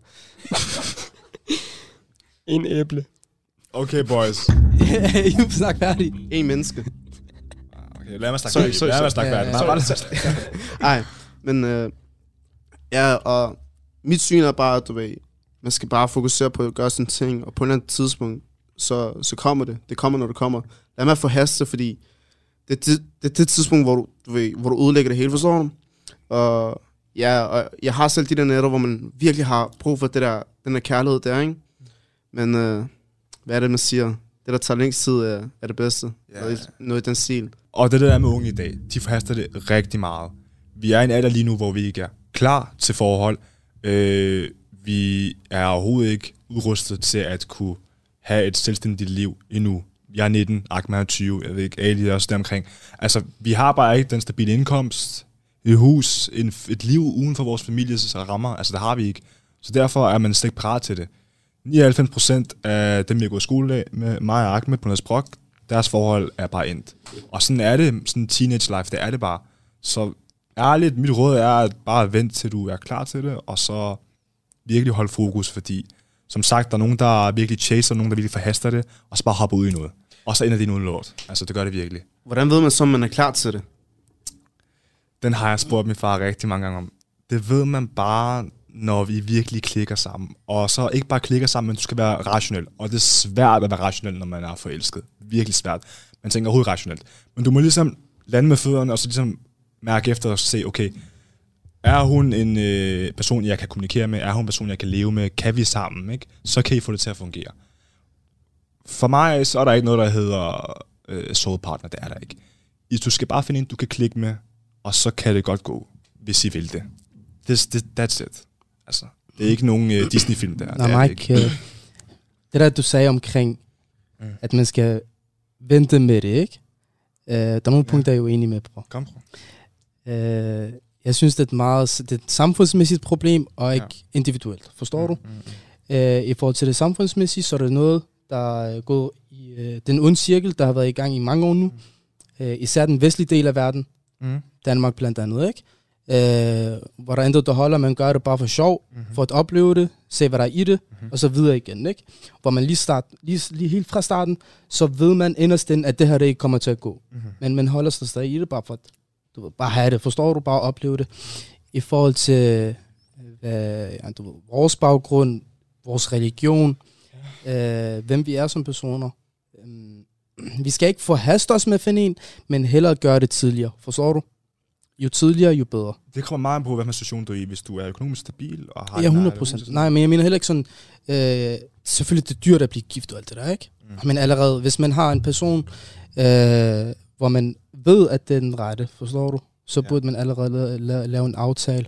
En æble. Okay, boys. I må snakke færdig. En menneske. Okay, lad mig snakke færdig. Lad mig snakke færdig. Ej, men ja, og mit syn er bare, du ved, man skal bare fokusere på at gøre sådan ting, og på et eller andet tidspunkt, så kommer det. Det kommer, når det kommer. Lad mig forhaste, fordi det er det tidspunkt, hvor du udlægger det hele, forstår du? Og ja, og jeg har selv de der nætter, hvor man virkelig har brug for den der kærlighed der, ikke? Men hvad er det, man siger? Det, der tager længst tid, er det bedste. Yeah. Noget i den stil. Og det der er med unge i dag, de forhaster det rigtig meget. Vi er i en alder lige nu, hvor vi ikke er klar til forhold. vi er overhovedet ikke udrustet til at kunne have et selvstændigt liv endnu. Jeg er 19, Ahmed er 20, jeg ved ikke, Ali er også deromkring. Altså, vi har bare ikke den stabile indkomst, et hus, et liv uden for vores families rammer. Altså, det har vi ikke. Så derfor er man slet ikke parat til det. 99% af dem, vi har gået i skole med mig og Ahmed på Niels Brock, deres forhold er bare endt. Og sådan er det, sådan teenage life, det er det bare. Så ærligt, mit råd er at bare vente til du er klar til det, og så virkelig holde fokus, fordi som sagt, der er nogen, der virkelig chaser, nogen, der virkelig forhaster det, og så bare hopper ud i noget. Og så ender det i noget lort. Altså, det gør det virkelig. Hvordan ved man så, om man er klar til det? Den har jeg spurgt min far rigtig mange gange om. Det ved man bare, når vi virkelig klikker sammen. Og så ikke bare klikker sammen, men du skal være rationel. Og det er svært at være rationel, når man er forelsket. Virkelig svært. Man tænker overhovedet rationelt. Men du må ligesom lande med fødderne, og så ligesom mærke efter og se, okay, er hun en person, jeg kan kommunikere med? Er hun en person, jeg kan leve med? Kan vi sammen? Ikke? Så kan I få det til at fungere. For mig så er der ikke noget, der hedder soul partner. Det er der ikke. Du skal bare finde en, du kan klikke med, og så kan det godt gå, hvis I vil det. That's it. Altså, det er ikke nogen Disney-film, der. Nej, Mike, det der, du sagde omkring, at man skal vente med det, ikke? Der er nogle punkter, jeg er jo enig med, bror. Kom, bror. Jeg synes, det er et samfundsmæssigt problem, og ikke individuelt. Forstår du? I forhold til det samfundsmæssige, så er det noget, der er gået i den onde cirkel, der har været i gang i mange år nu. Især den vestlige del af verden. Danmark blandt andet, ikke? Hvor der intet der holder, man gør det bare for sjov, for at opleve det, se hvad der er i det, og så videre igen, ikke? Hvor man lige helt fra starten, så ved man inderst inde, at det her det ikke kommer til at gå. Men man holder sig stadig i det, bare for at du ved, bare have det, forstår du, bare opleve det. I forhold til vores baggrund, vores religion, hvem vi er som personer. Vi skal ikke forhaste os med at finde en, men hellere gøre det tidligere, forstår du? Jo tidligere, jo bedre. Det kommer meget på, hvad man situation du er i, hvis du er økonomisk stabil og har... Ja, 100%. Nej, men jeg mener heller ikke sådan... selvfølgelig det er dyrt at blive gift og alt det der, ikke? Men allerede, hvis man har en person, hvor man ved, at det er den rette, forstår du? Så burde man allerede lave en aftale.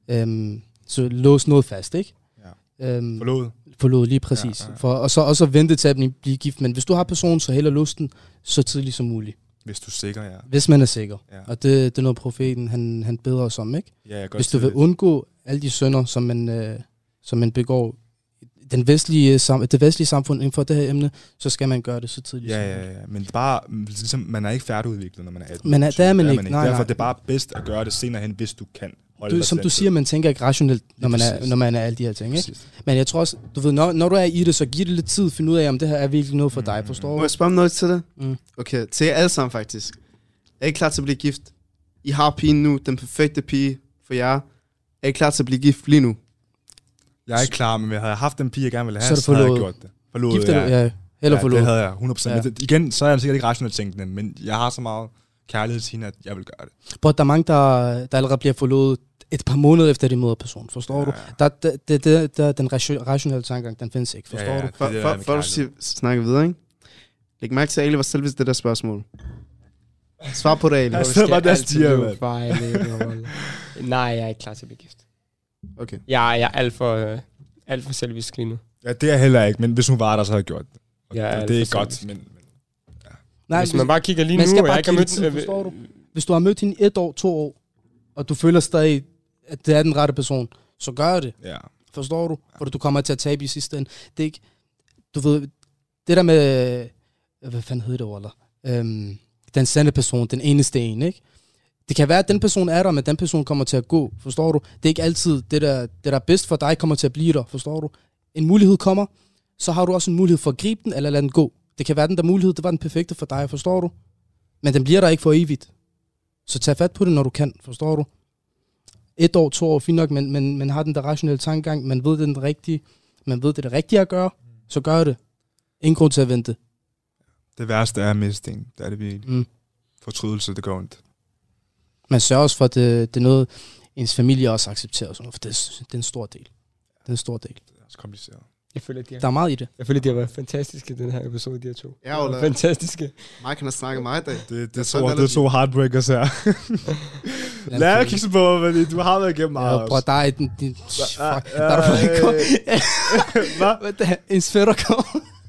Så låse noget fast, ikke? Ja. Forlod, lige præcis. Ja. Og så vente til at blive gift. Men hvis du har personen, så hellere låse den så tidligt som muligt. Hvis du er sikker, ja. Hvis man er sikker. Ja. Og det er noget profeten, han beder os om, ikke? Ja, hvis du vil undgå alle de synder, som man begår det vestlige samfund inden for det her emne, så skal man gøre det så tidligt. Ja. Men bare, ligesom, man er ikke færdigudviklet, når man er 18. Men det er man ikke. Nej. Derfor er det bare bedst at gøre det senere hen, hvis du kan. Som du siger, man tænker ikke rationelt, når man er alle de her ting, ikke? Men jeg tror også, du ved, når du er i det, så giv det lidt tid, finde ud af, om det her er virkelig noget for dig, forstår du? Må jeg spørge om noget til det? Okay, til jer alle sammen faktisk. Er I klar til at blive gift? I har pigen nu, den perfekte pige for jer. Er I klar til at blive gift lige nu? Jeg er ikke klar, men jeg havde haft den pige, jeg gerne ville have, så havde jeg gjort det. Forlovet, gift ja. Eller forlovet. Det havde jeg, 100%. Ja. Men igen, så er jeg sikkert ikke rationelt tænkende, men jeg har så meget kærlighed til hende, at jeg vil gøre det. But der er mange, der allerede bliver forlovet et par måneder efter de møder person, forstår du? Den rationelle tankegang, den findes ikke, forstår du? For at snakke videre, ikke? Læg mærke til, at Ali var selvvis det der spørgsmål. Svar på det, Ali. Jeg bare der stiger, nej, jeg er ikke klar til at blive gift. Okay. Jeg er alt for selvisk lige nu. Ja, det er heller ikke, men hvis hun var der, så havde jeg gjort det. Ja, det er godt, men ja. Nej, hvis man bare kigger lige nu, og jeg ikke har mødt... Forstår du? Hvis du har mødt hende 1 år, 2 år, og du føler stadig, at det er den rette person, så gør det. Ja. Forstår du? For du kommer til at tabe i sidste ende. Det er ikke... Du ved, det der med... Hvad fanden hedder det, Waller? Den sande person, den eneste en, ikke? Det kan være, at den person er der, men den person kommer til at gå. Forstår du? Det er ikke altid det, der er bedst for dig, kommer til at blive der. Forstår du? En mulighed kommer, så har du også en mulighed for at gribe den, eller lade den gå. Det kan være, den der mulighed, det var den perfekte for dig, forstår du? Men den bliver der ikke for evigt. Så tag fat på det, når du kan, forstår du? 1 år, 2 år, fint nok, men man har den der rationelle tankegang, man ved, det er den rigtige, man ved, det er det rigtige at gøre, så gør det. Ingen grund til at vente. Det værste er at miste en. Det er det virkelig. Fortrydelse, det går ondt. Man sørger også for, at det er noget, ens familie også accepterer, for det er en stor del. Det er en stor del. Det er også kompliceret. Jeg føler, der er meget i det. Jeg føler, de har været fantastiske, den her episode, de her to. Ja, fantastiske. Mike kan have snakket meget i dag. Det er 2 heartbreakers her. Lad mig kigge på, fordi du har været igennem meget. Ja, bror, der er en... Der er der ikke en sfætter kom.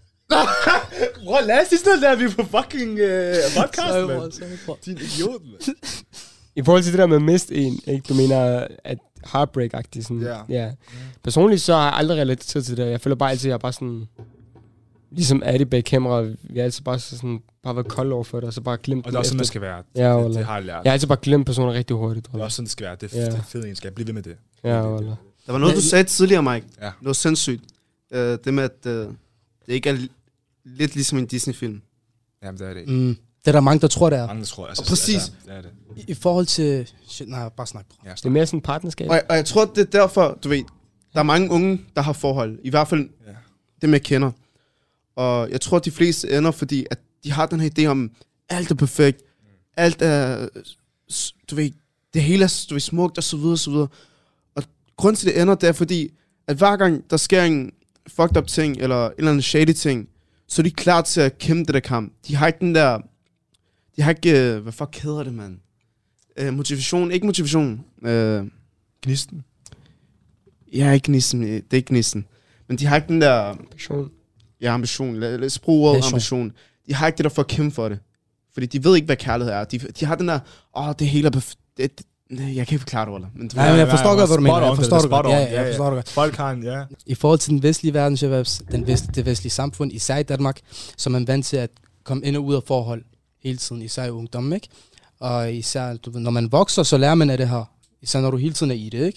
Bror, lad os lige sådan der, vi er på fucking podcast, mand. Din idiot, mand. I forhold til det der med at miste en, ikke? Du mener, at heartbreak-agtigt sådan. Ja. Personligt så har jeg aldrig relateret til det. Jeg føler bare altid, at jeg er bare sådan... Ligesom Adi bag kamera, vi har altid bare sådan... Bare været kold over for det, og så bare glemt. Og det er også sådan, det skal være. Ja, det har jeg lært. Jeg har altid bare glemt personer rigtig hurtigt. Det er også sådan, det skal være. Det er fedt egenskab. Bliv ved med det. Ja, Wallah. Der var noget, du sagde tidligere, Mike. Ja. Noget sindssygt. Det med, at det ikke er lidt ligesom en Disney-film. Jamen, det er det. Det er der mange, der tror, det er. Mange tror, altså, præcis. Altså, det er det. I forhold til... Nej, bare snak. Ja, det er mere sådan et partnerskab. Og jeg tror, det er derfor, du ved, der er mange unge, der har forhold. I hvert fald dem, jeg kender. Og jeg tror, de fleste ender, fordi at de har den her idé om, alt er perfekt. Alt er, du ved, det hele er, du ved, smukt og så videre, og så videre. Og grunden til det ender, det er fordi, at hver gang der sker en fucked up ting, eller en eller anden shady ting, så er de klar til at kæmpe det der kamp. De har ikke den der... De har ikke... hvad fuck hedder det, mand? Motivation. Ikke motivation. Gnisten? Ja, ikke gnisten. Det er ikke gnisten. Men de har ikke den der... Ambition. Ja, ambition. Lad os bruge ordet ambition. De har ikke det der for at kæmpe for det. Fordi de ved ikke, hvad kærlighed er. De har den der... det hele er perfekt. Jeg kan ikke forklare det, eller? Men jeg forstår godt, hvad du mener. Jeg forstår det godt. Jeg forstår det godt. Folk har en, I forhold til den vestlige verden, det vestlige samfund, især i Danmark, så er man vant til at komme ind og ud af forhold hele tiden, især i ungdommen, ikke? Og især, når man vokser, så lærer man af det her. Især når du hele tiden er i det, ikke?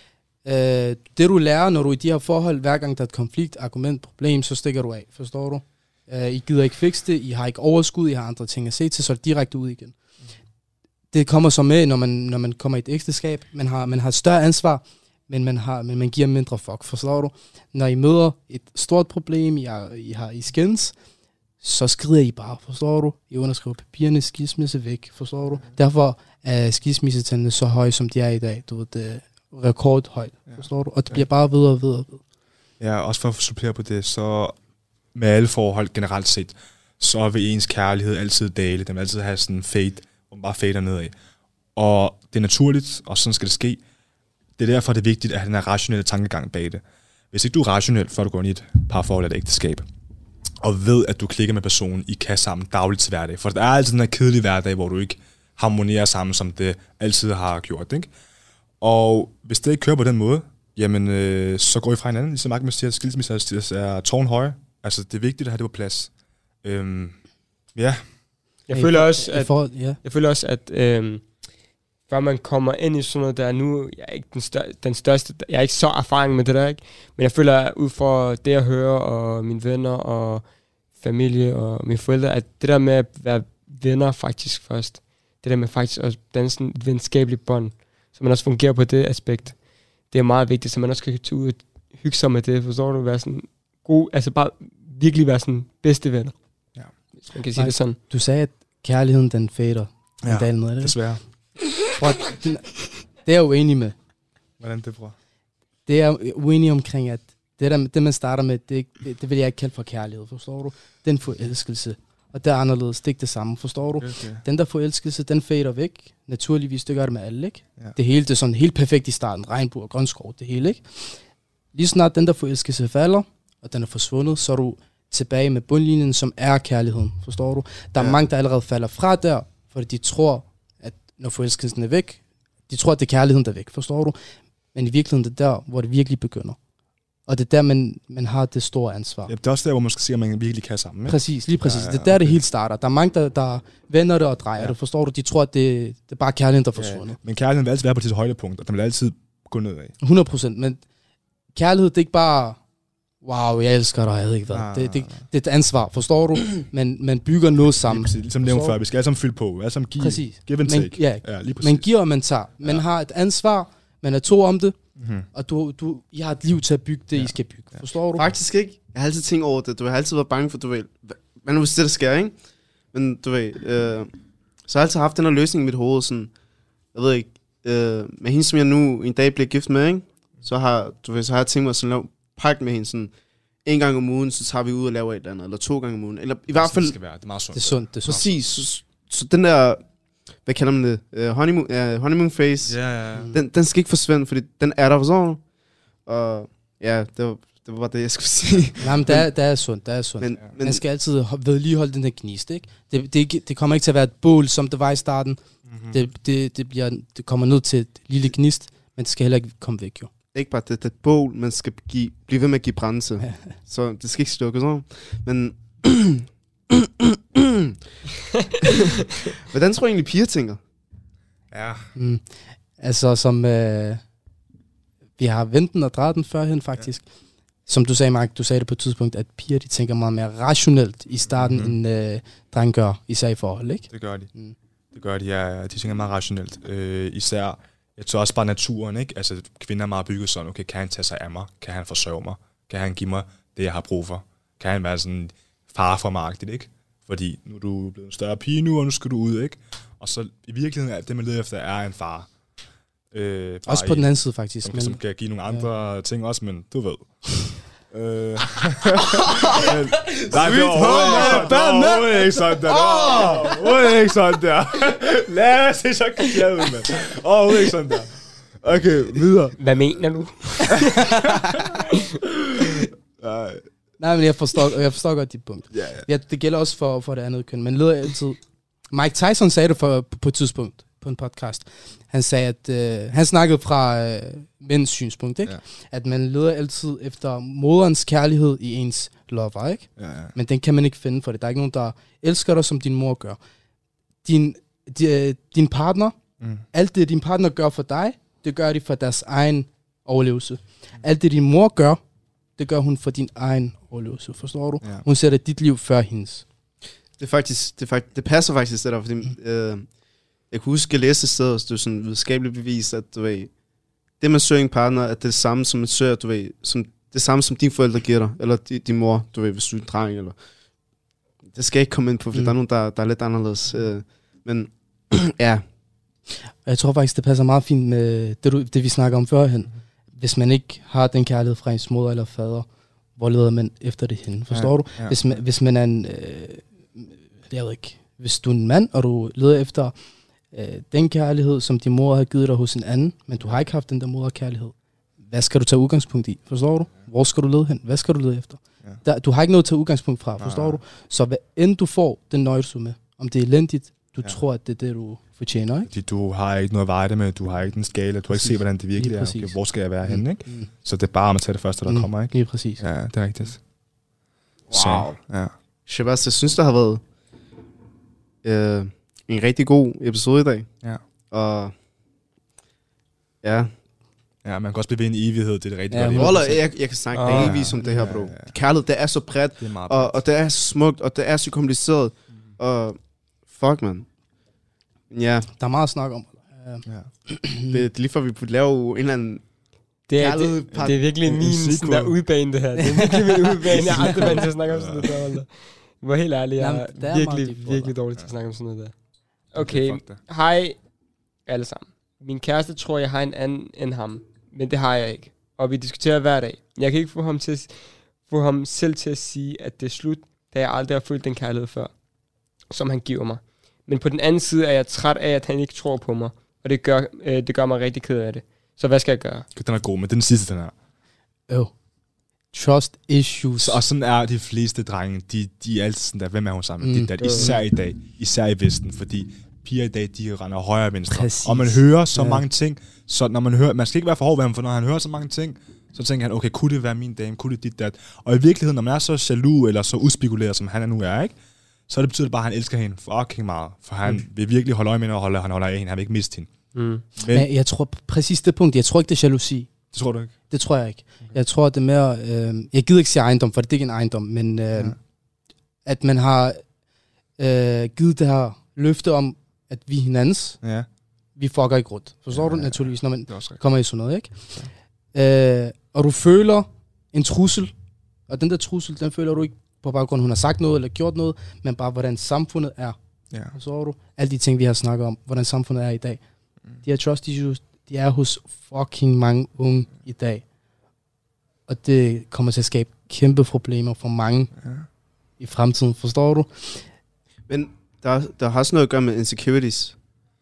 Det du lærer, når du er i de her forhold, hver gang der er et konflikt, argument, problem, så stikker du af, forstår du? I gider ikke fikse det, I har ikke overskud, I har andre ting at se til, så er det direkte ud igen. Det kommer så med, når man kommer i et ægteskab. Man har et større ansvar, men man giver mindre fuck, forstår du? Når I møder et stort problem, I skændes, så skrider I bare, forstår du? I underskriver papirerne, skilsmisse væk, forstår du? Derfor er skilsmissetallene så høje, som de er i dag. Du ved, det er rekordhøjt, forstår du? Og det bliver bare videre og videre. Ja, også for at supplere på det, så med alle forhold generelt set, så vil ens kærlighed altid dale. Den vil altid have sådan en fade, hvor man bare fader nedad. Og det er naturligt, og sådan skal det ske. Det er derfor, det er vigtigt at have den her rationelle tankegang bag det. Hvis ikke du er rationel, før du går ind i et parforhold eller et ægteskab, og ved, at du klikker med personen, I kan sammen dagligt til hverdag. For der er altid den her kedelige hverdag, hvor du ikke harmonerer sammen, som det altid har gjort, ikke? Og hvis det ikke kører på den måde, jamen, så går I fra hinanden. Ligesom Ahmed siger, at skilsmisse er tårnhøje. Altså, det er vigtigt at have det på plads. Ja. Jeg føler også, at før man kommer ind i sådan noget der, nu jeg er ikke den største, jeg er ikke så erfaring med det der, ikke? Men jeg føler, ud fra det jeg hører, og mine venner, og familie, og mine forældre, at det der med at være venner faktisk først, det der med faktisk at danne sådan et venskabeligt bånd, så man også fungerer på det aspekt, det er meget vigtigt, så man også kan tage ud og hygge sig med det, forstår du, være sådan god, altså bare virkelig være sådan bedste venner. Ja. Hvis man kan sige det sådan. Du sagde, at kærligheden den fader. Ja, den ned, desværre. Bror, det er jeg uenig med. Hvordan det, bror? Det er jeg uenig omkring, at det man starter med, det vil jeg ikke kalde for kærlighed, forstår du? Den forelskelse. Og det er anderledes, det er ikke det samme, forstår du? Okay. Den der forelskelse, den fader væk. Naturligvis, det gør det med alle, ikke? Ja. Det hele, det er sådan helt perfekt i starten. Regnbue og grønskov, det hele, ikke? Lige snart den der forelskelse falder, og den er forsvundet, så er du tilbage med bundlinjen, som er kærligheden, forstår du? Der er mange, der allerede falder fra der, fordi de tror, at når forelskelsen er væk, de tror, at det er kærligheden, der er væk, forstår du? Men i virkeligheden det er der, hvor det virkelig begynder. Og det er der, man har det store ansvar. Ja, det er også der, hvor man skal se, at man virkelig kan sammen. Ikke? Præcis, lige præcis. Ja, det er der, det helt starter. Der er mange, der vender det og drejer det, forstår du? De tror, at det er bare kærligheden, der forsvundet. Men kærligheden vil altid være på sit højdepunkt, og den vil altid gå nedad. 100%, men kærlighed, det er ikke bare, wow, jeg elsker dig, jeg ved ikke hvad. Det er et ansvar, forstår du? Men man bygger noget sammen. Præcis, ligesom nævnt før, vi skal alle sammen fylde på, alle sammen give and take. Man giver og man tager. Man har et ansvar, man er to om det, og I har et liv til at bygge det, I skal bygge. Forstår du? Faktisk ikke. Jeg har altid tænkt over det. Du har altid været bange for, du ved, hvad nu hvis det der sker, ikke? Men du ved, så har jeg altid haft den her løsning i mit hoved, sådan, jeg ved ikke, med hende, som jeg nu en dag bliver gift med, ikke? Så har jeg tænkt mig at lave pakke med hende, sådan, en gang om ugen, så tager vi ud og laver et eller andet, eller 2 gange om ugen, eller i hvert fald... Det skal være, det er meget sundt. Det er sundt. Præcis, så den der hvad kalder man det? Honeymoon phase. Ja. Den skal ikke forsvinde, fordi den er der, forstår du? Og ja, det var bare det, jeg skulle sige. Nej, men det er sundt. Men Man skal altid vedligeholde den der gnist, ikke? Det kommer ikke til at være et bål, som det var i starten. Mm-hmm. Det kommer ned til et lille gnist, men det skal heller ikke komme væk, jo. ikke bare det bål, man skal blive ved med at give brænde til. Så det skal ikke slukke sådan. Men hvordan tror jeg egentlig piger tænker? Ja. Altså som vi har vendt den og drejet den førhen faktisk. Ja. Som du sagde, Mark, du sagde det på et tidspunkt, at piger de tænker meget mere rationelt i starten, end drenge gør, især i forhold, ikke? Det gør de. Det gør de, ja. De tænker meget rationelt. Især, jeg tror også bare naturen, ikke? Altså kvinder er meget bygget sådan, okay, kan han tage sig af mig? Kan han forsørge mig? Kan han give mig det, jeg har brug for? Kan han være sådan far for magtigt, ikke? Fordi nu er du blevet en større pige nu, og nu skal du ud, ikke? Og så i virkeligheden, at det man leder efter, er en far. Også på den anden side, faktisk. Som kan give nogle andre ting også, men du ved. Nej, det var overhovedet ikke sådan der. Overhovedet ikke sådan der. Lad os se så kakeret ud, mand. Overhovedet ikke sådan der. Okay, videre. Hvad mener du? Nej, men jeg forstår godt dit punkt. Ja, det gælder også for det andet køn. Man leder altid... Mike Tyson sagde det på et tidspunkt på en podcast. Han sagde, at han snakkede fra mænds synspunkt, ikke? Ja. At man leder altid efter moderens kærlighed i ens lover, ikke? Ja. Men den kan man ikke finde for det. Der er ikke nogen, der elsker dig, som din mor gør. Din partner, alt det din partner gør for dig, det gør de for deres egen overlevelse. Alt det din mor gør, det gør hun for din egen overlevelse, forstår du? Ja. Hun sætter dit liv før hendes. Det passer faktisk det der, fordi jeg kunne huske, at jeg læste et sted, det er sådan videnskabeligt bevis, at du ved, det man søger en partner, at det er det samme, som man søger, du ved, som det samme, som dine forældre giver dig, eller din mor, du ved, hvis du er en dreng, eller... Det skal jeg ikke komme ind på, fordi der er nogen, der er lidt anderledes. Men ja. Jeg tror faktisk, det passer meget fint med det vi snakker om førhen. Hvis man ikke har den kærlighed fra ens mor eller fader, hvor leder man efter det hen? Forstår du? Ja. Hvis man er en... jeg ved ikke. Hvis du er en mand, og du leder efter den kærlighed, som din mor har givet dig hos en anden, men du har ikke haft den der moderkærlighed, hvad skal du tage udgangspunkt i? Forstår du? Hvor skal du lede hen? Hvad skal du lede efter? Ja. Du har ikke noget at tage udgangspunkt fra, forstår du? Så hvad end du får, den nøjes du med. Om det er elendigt, du tror, at det er det, du fortjener, ikke? Fordi du har ikke noget at veje det med, du har ikke den skala, du har ikke set, hvordan det virkelig er. Okay, hvor skal jeg være henne, ikke? Så det er bare om at tage det første, der kommer, ikke? Lige præcis. Ja, det er rigtigt. Wow. Så, ja. Shabazz, jeg synes, der har været en rigtig god episode i dag. Ja. Og ja, man kan også blive ved en evighed, det er det rigtig godt. Jeg kan snakke evigt som det her, bro. Kærlighed, det er så bredt, og det er så smukt, og det er så kompliceret. Og fuck, man. Ja. Der er meget at snakke om. Det er lige for, vi kunne lave en eller anden... Det er virkelig min sådan der udbane, det her. Det er virkelig min udbane. Jeg er aldrig vant til at snakke om sådan noget der. Jeg var helt ærlig, jeg er virkelig dårlig til at snakke om sådan noget der. Okay, hej alle sammen. Min kæreste tror, jeg har en anden end ham, men det har jeg ikke. Og vi diskuterer hver dag. Jeg kan ikke få ham selv til at sige, at det er slut, da jeg aldrig har følt den kærlighed før, som han giver mig. Men på den anden side er jeg træt af, at han ikke tror på mig, og det gør mig rigtig ked af det. Så hvad skal jeg gøre? Den er god, men den sidste, den her. Trust issues. Og sådan er de fleste drenge, de er altid sådan der, hvem er hun sammen? Især i dag, især i Vesten, fordi piger i dag, de render højre og venstre. Præcis. Og man hører så mange ting, så når man hører, man skal ikke være for hård ved ham, for når han hører så mange ting, så tænker han, okay, kunne det være min dame, kunne det dit dat? Og i virkeligheden, når man er så jaloux, eller så uspekuleret, som han nu er, ikke? Så det betyder bare, at han elsker hende fucking meget. For han vil virkelig holde øje med hende, og han holder af hende, han vil ikke miste hende. Men jeg tror præcis det punkt, jeg tror ikke, det er jalousi. Det tror du ikke? Det tror jeg ikke. Jeg tror, det er mere... jeg gider ikke sige ejendom, for det er ikke en ejendom, men at man har givet det her løfte om, at vi er hinandens. Ja. Vi fucker ikke rundt. Forstår du naturligvis, når man kommer i sådan noget, ikke? Ja. Og du føler en trussel, og den der trussel, den føler du ikke på baggrund, hun har sagt noget eller gjort noget, men bare hvordan samfundet er. Ja. Forstår du? Alle de ting, vi har snakket om, hvordan samfundet er i dag. De her trust issues, de er hos fucking mange unge i dag. Og det kommer til at skabe kæmpe problemer for mange i fremtiden. Forstår du? Men der har også noget at gøre med insecurities.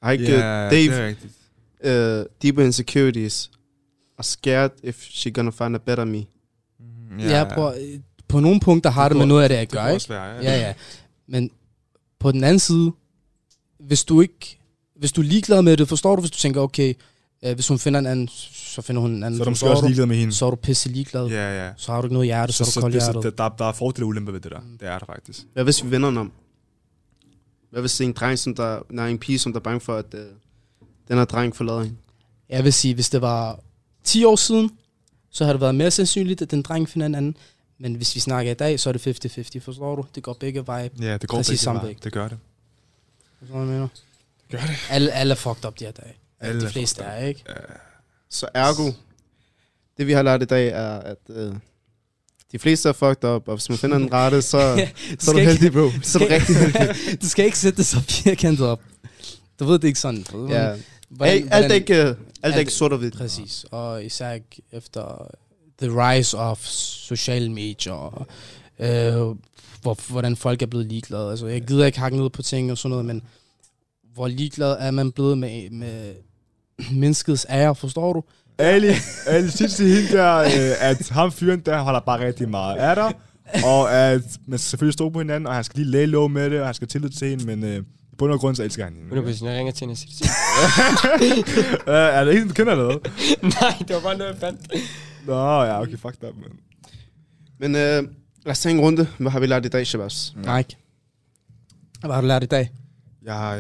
Har ikke Ja, det er rigtigt. deeper insecurities are scared if she gonna find a better me. Ja, bror, på nogle punkter har det med noget af det at gøre, ikke? Være, Ja. Men på den anden side, hvis du er ligeglad med det, forstår du, hvis du tænker, okay, hvis hun finder en anden, så finder hun en anden. Så er du måske også ligeglad med hende. Så er du pisse ligeglad. Ja. Så har du ikke noget hjerte, så er du kold hjertet. Der er fordele og ulemper ved det der. Det er der faktisk. Hvad hvis vi vender den om? Hvad hvis det er en dreng, en pige, som der er bange for, at den her dreng forlader hende? Jeg vil sige, hvis det var 10 år siden, så har det været mere sandsynligt, at den dreng finder en anden. Men hvis vi snakker i dag, så er det 50-50, forstår du? Det går begge veje. Ja, det går præcis begge veje. Det gør det. Forstår du, hvad jeg mener? Det gør det. Alle er fucked up de her dage. De fleste er, ikke? Så ergo, det vi har lært i dag er, at de fleste er fucked up, og hvis man finder den rette, så er du heldig, bro. Så er du rigtig heldig. Du skal ikke sætte det så firkantet op. Du ved det ikke sådan. Ja. Alt er ikke sort og hvidt. Præcis. Og især ikke efter the rise of social medier, og hvordan folk er blevet ligeglade. Altså, jeg gider ikke hakke ned på ting og sådan noget, men hvor ligeglad er man blevet med menneskets ære, forstår du? Ali synes til hende der, at ham fyren der holder bare rigtig meget af dig, og at man skal selvfølgelig stå på hinanden, og han skal lige lay low med det, og han skal tillid til hende, men på noget grund så elsker han hende. 100%, jeg ringer til hende og siger er det ikke, du kender eller noget? Nej, det var bare noget, jeg fandt. Nå, ja, okay, fuck that, man. Men lad os tage en runde. Hvad har vi lært i dag, Shabazz? Mike, hvad har du lært i dag? Jeg har...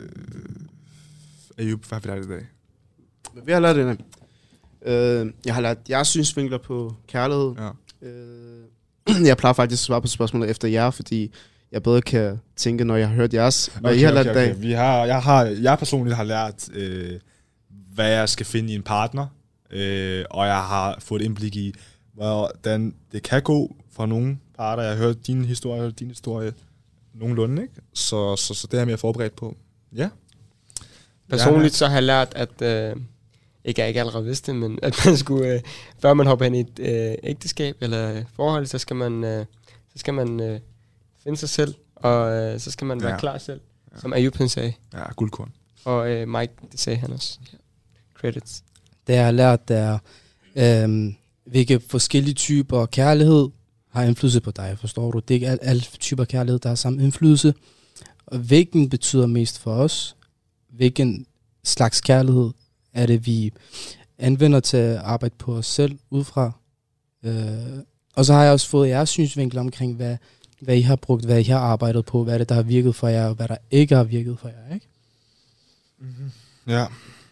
Ayub, hvad har vi lært i dag? Vi har lært det. Jeg har lært jeres synsvinkler på kærlighed. Ja. Jeg plejer faktisk at svare på spørgsmålet efter jer, fordi jeg bedre kan tænke, når jeg har hørt jeres. Hvad I har lært i dag? Jeg personligt har lært, hvad jeg skal finde i en partner, og jeg har fået et indblik i, hvordan det kan gå for nogle parter. Jeg har hørt din historie nogenlunde, ikke? Så det er jeg mere forberedt på. Ja. Personligt så har jeg lært, at ikke allerede vidste, men at man skulle, før man hopper ind i et ægteskab eller forhold, så skal man finde sig selv, og så skal man være klar selv, som Ayub sagde. Ja, guldkorn. Og Mike, det sagde han også. Ja. Credits. Det jeg har lært, det er, hvilke forskellige typer kærlighed har indflydelse på dig, forstår du? Det er ikke alle typer kærlighed, der har samme indflydelse. Og hvilken betyder mest for os? Hvilken slags kærlighed er det, vi anvender til at arbejde på os selv udefra? Og så har jeg også fået jeres synsvinkel omkring, hvad I har brugt, hvad I har arbejdet på, hvad er det, der har virket for jer, og hvad der ikke har virket for jer, ikke? Mm-hmm. Ja.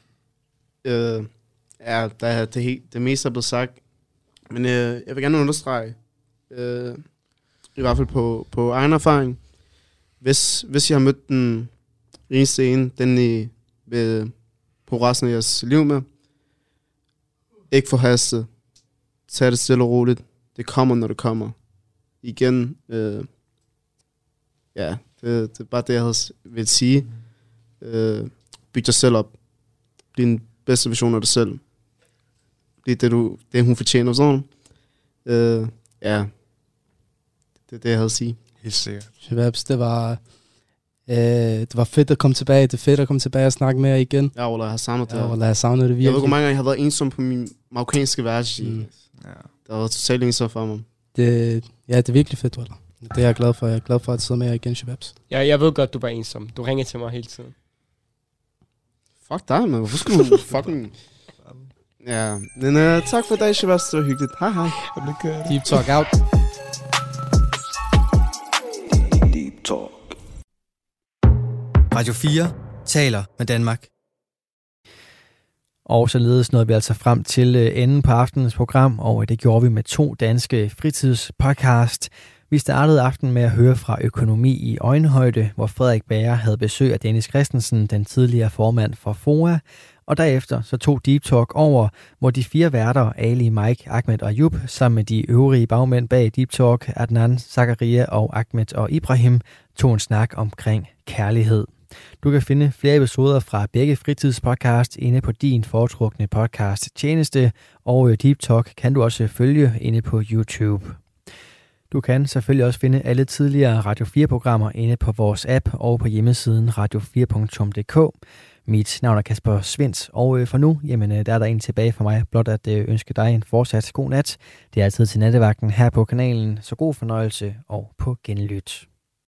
Det meste er blevet sagt. Men jeg vil gerne understrege, i hvert fald på egen erfaring, hvis I har mødt den eneste en, den I vil på resten af jeres liv med, ikke forhastet, tag det stille og roligt, det kommer, når det kommer. Igen, det er bare det, jeg vil sige. Byg dig selv op. Bliv den bedste version af dig selv. Bliv det hun fortjener sådan. Ja, det er det, jeg havde at sige. Helt sikkert. Shababs, det var fedt at komme tilbage. Det er fedt at komme tilbage og snakke med jer igen. Ja, Ola, jeg har savnet det. Ja, Ola, jeg savnet det virkelig. Jeg ved, hvor mange gange jeg har været ensom på min marokkanske værelse. Ja. Det var totalt ensom for mig. Det er virkelig fedt, Ola. Det er jeg glad for. Jeg er glad for at sidde med jer igen, Shababs. Ja, jeg ved godt, du er bare ensom. Du ringer til mig hele tiden. Fuck dig, man. Hvorfor skulle du fucking... Ja, men tak for i dag, Shabazz. Det var hyggeligt. Hej, hej. Deep Talk out. Deep Talk. Radio 4 taler med Danmark. Og således nåede vi altså frem til enden på aftenens program, og det gjorde vi med 2 danske fritidspodcast. Vi startede aftenen med at høre fra Økonomi i Øjenhøjde, hvor Frederik Bager havde besøg af Dennis Christensen, den tidligere formand for FOA. Og derefter så tog Deep Talk over, hvor de 4 værter, Ali, Mike, Ahmed og Ayub, sammen med de øvrige bagmænd bag Deep Talk, Adnan, Zakaria og Ahmed og Ibrahim, tog en snak omkring kærlighed. Du kan finde flere episoder fra begge fritidspodcast inde på din foretrukne podcast tjeneste, og Deep Talk kan du også følge inde på YouTube. Du kan selvfølgelig også finde alle tidligere Radio 4-programmer inde på vores app og på hjemmesiden radio4.dk. Mit navn er Kasper Svinds, og for nu, jamen, der er der en tilbage for mig, blot at ønske dig en fortsat god nat. Det er altid til nattevagten her på kanalen, så god fornøjelse og på genlyt.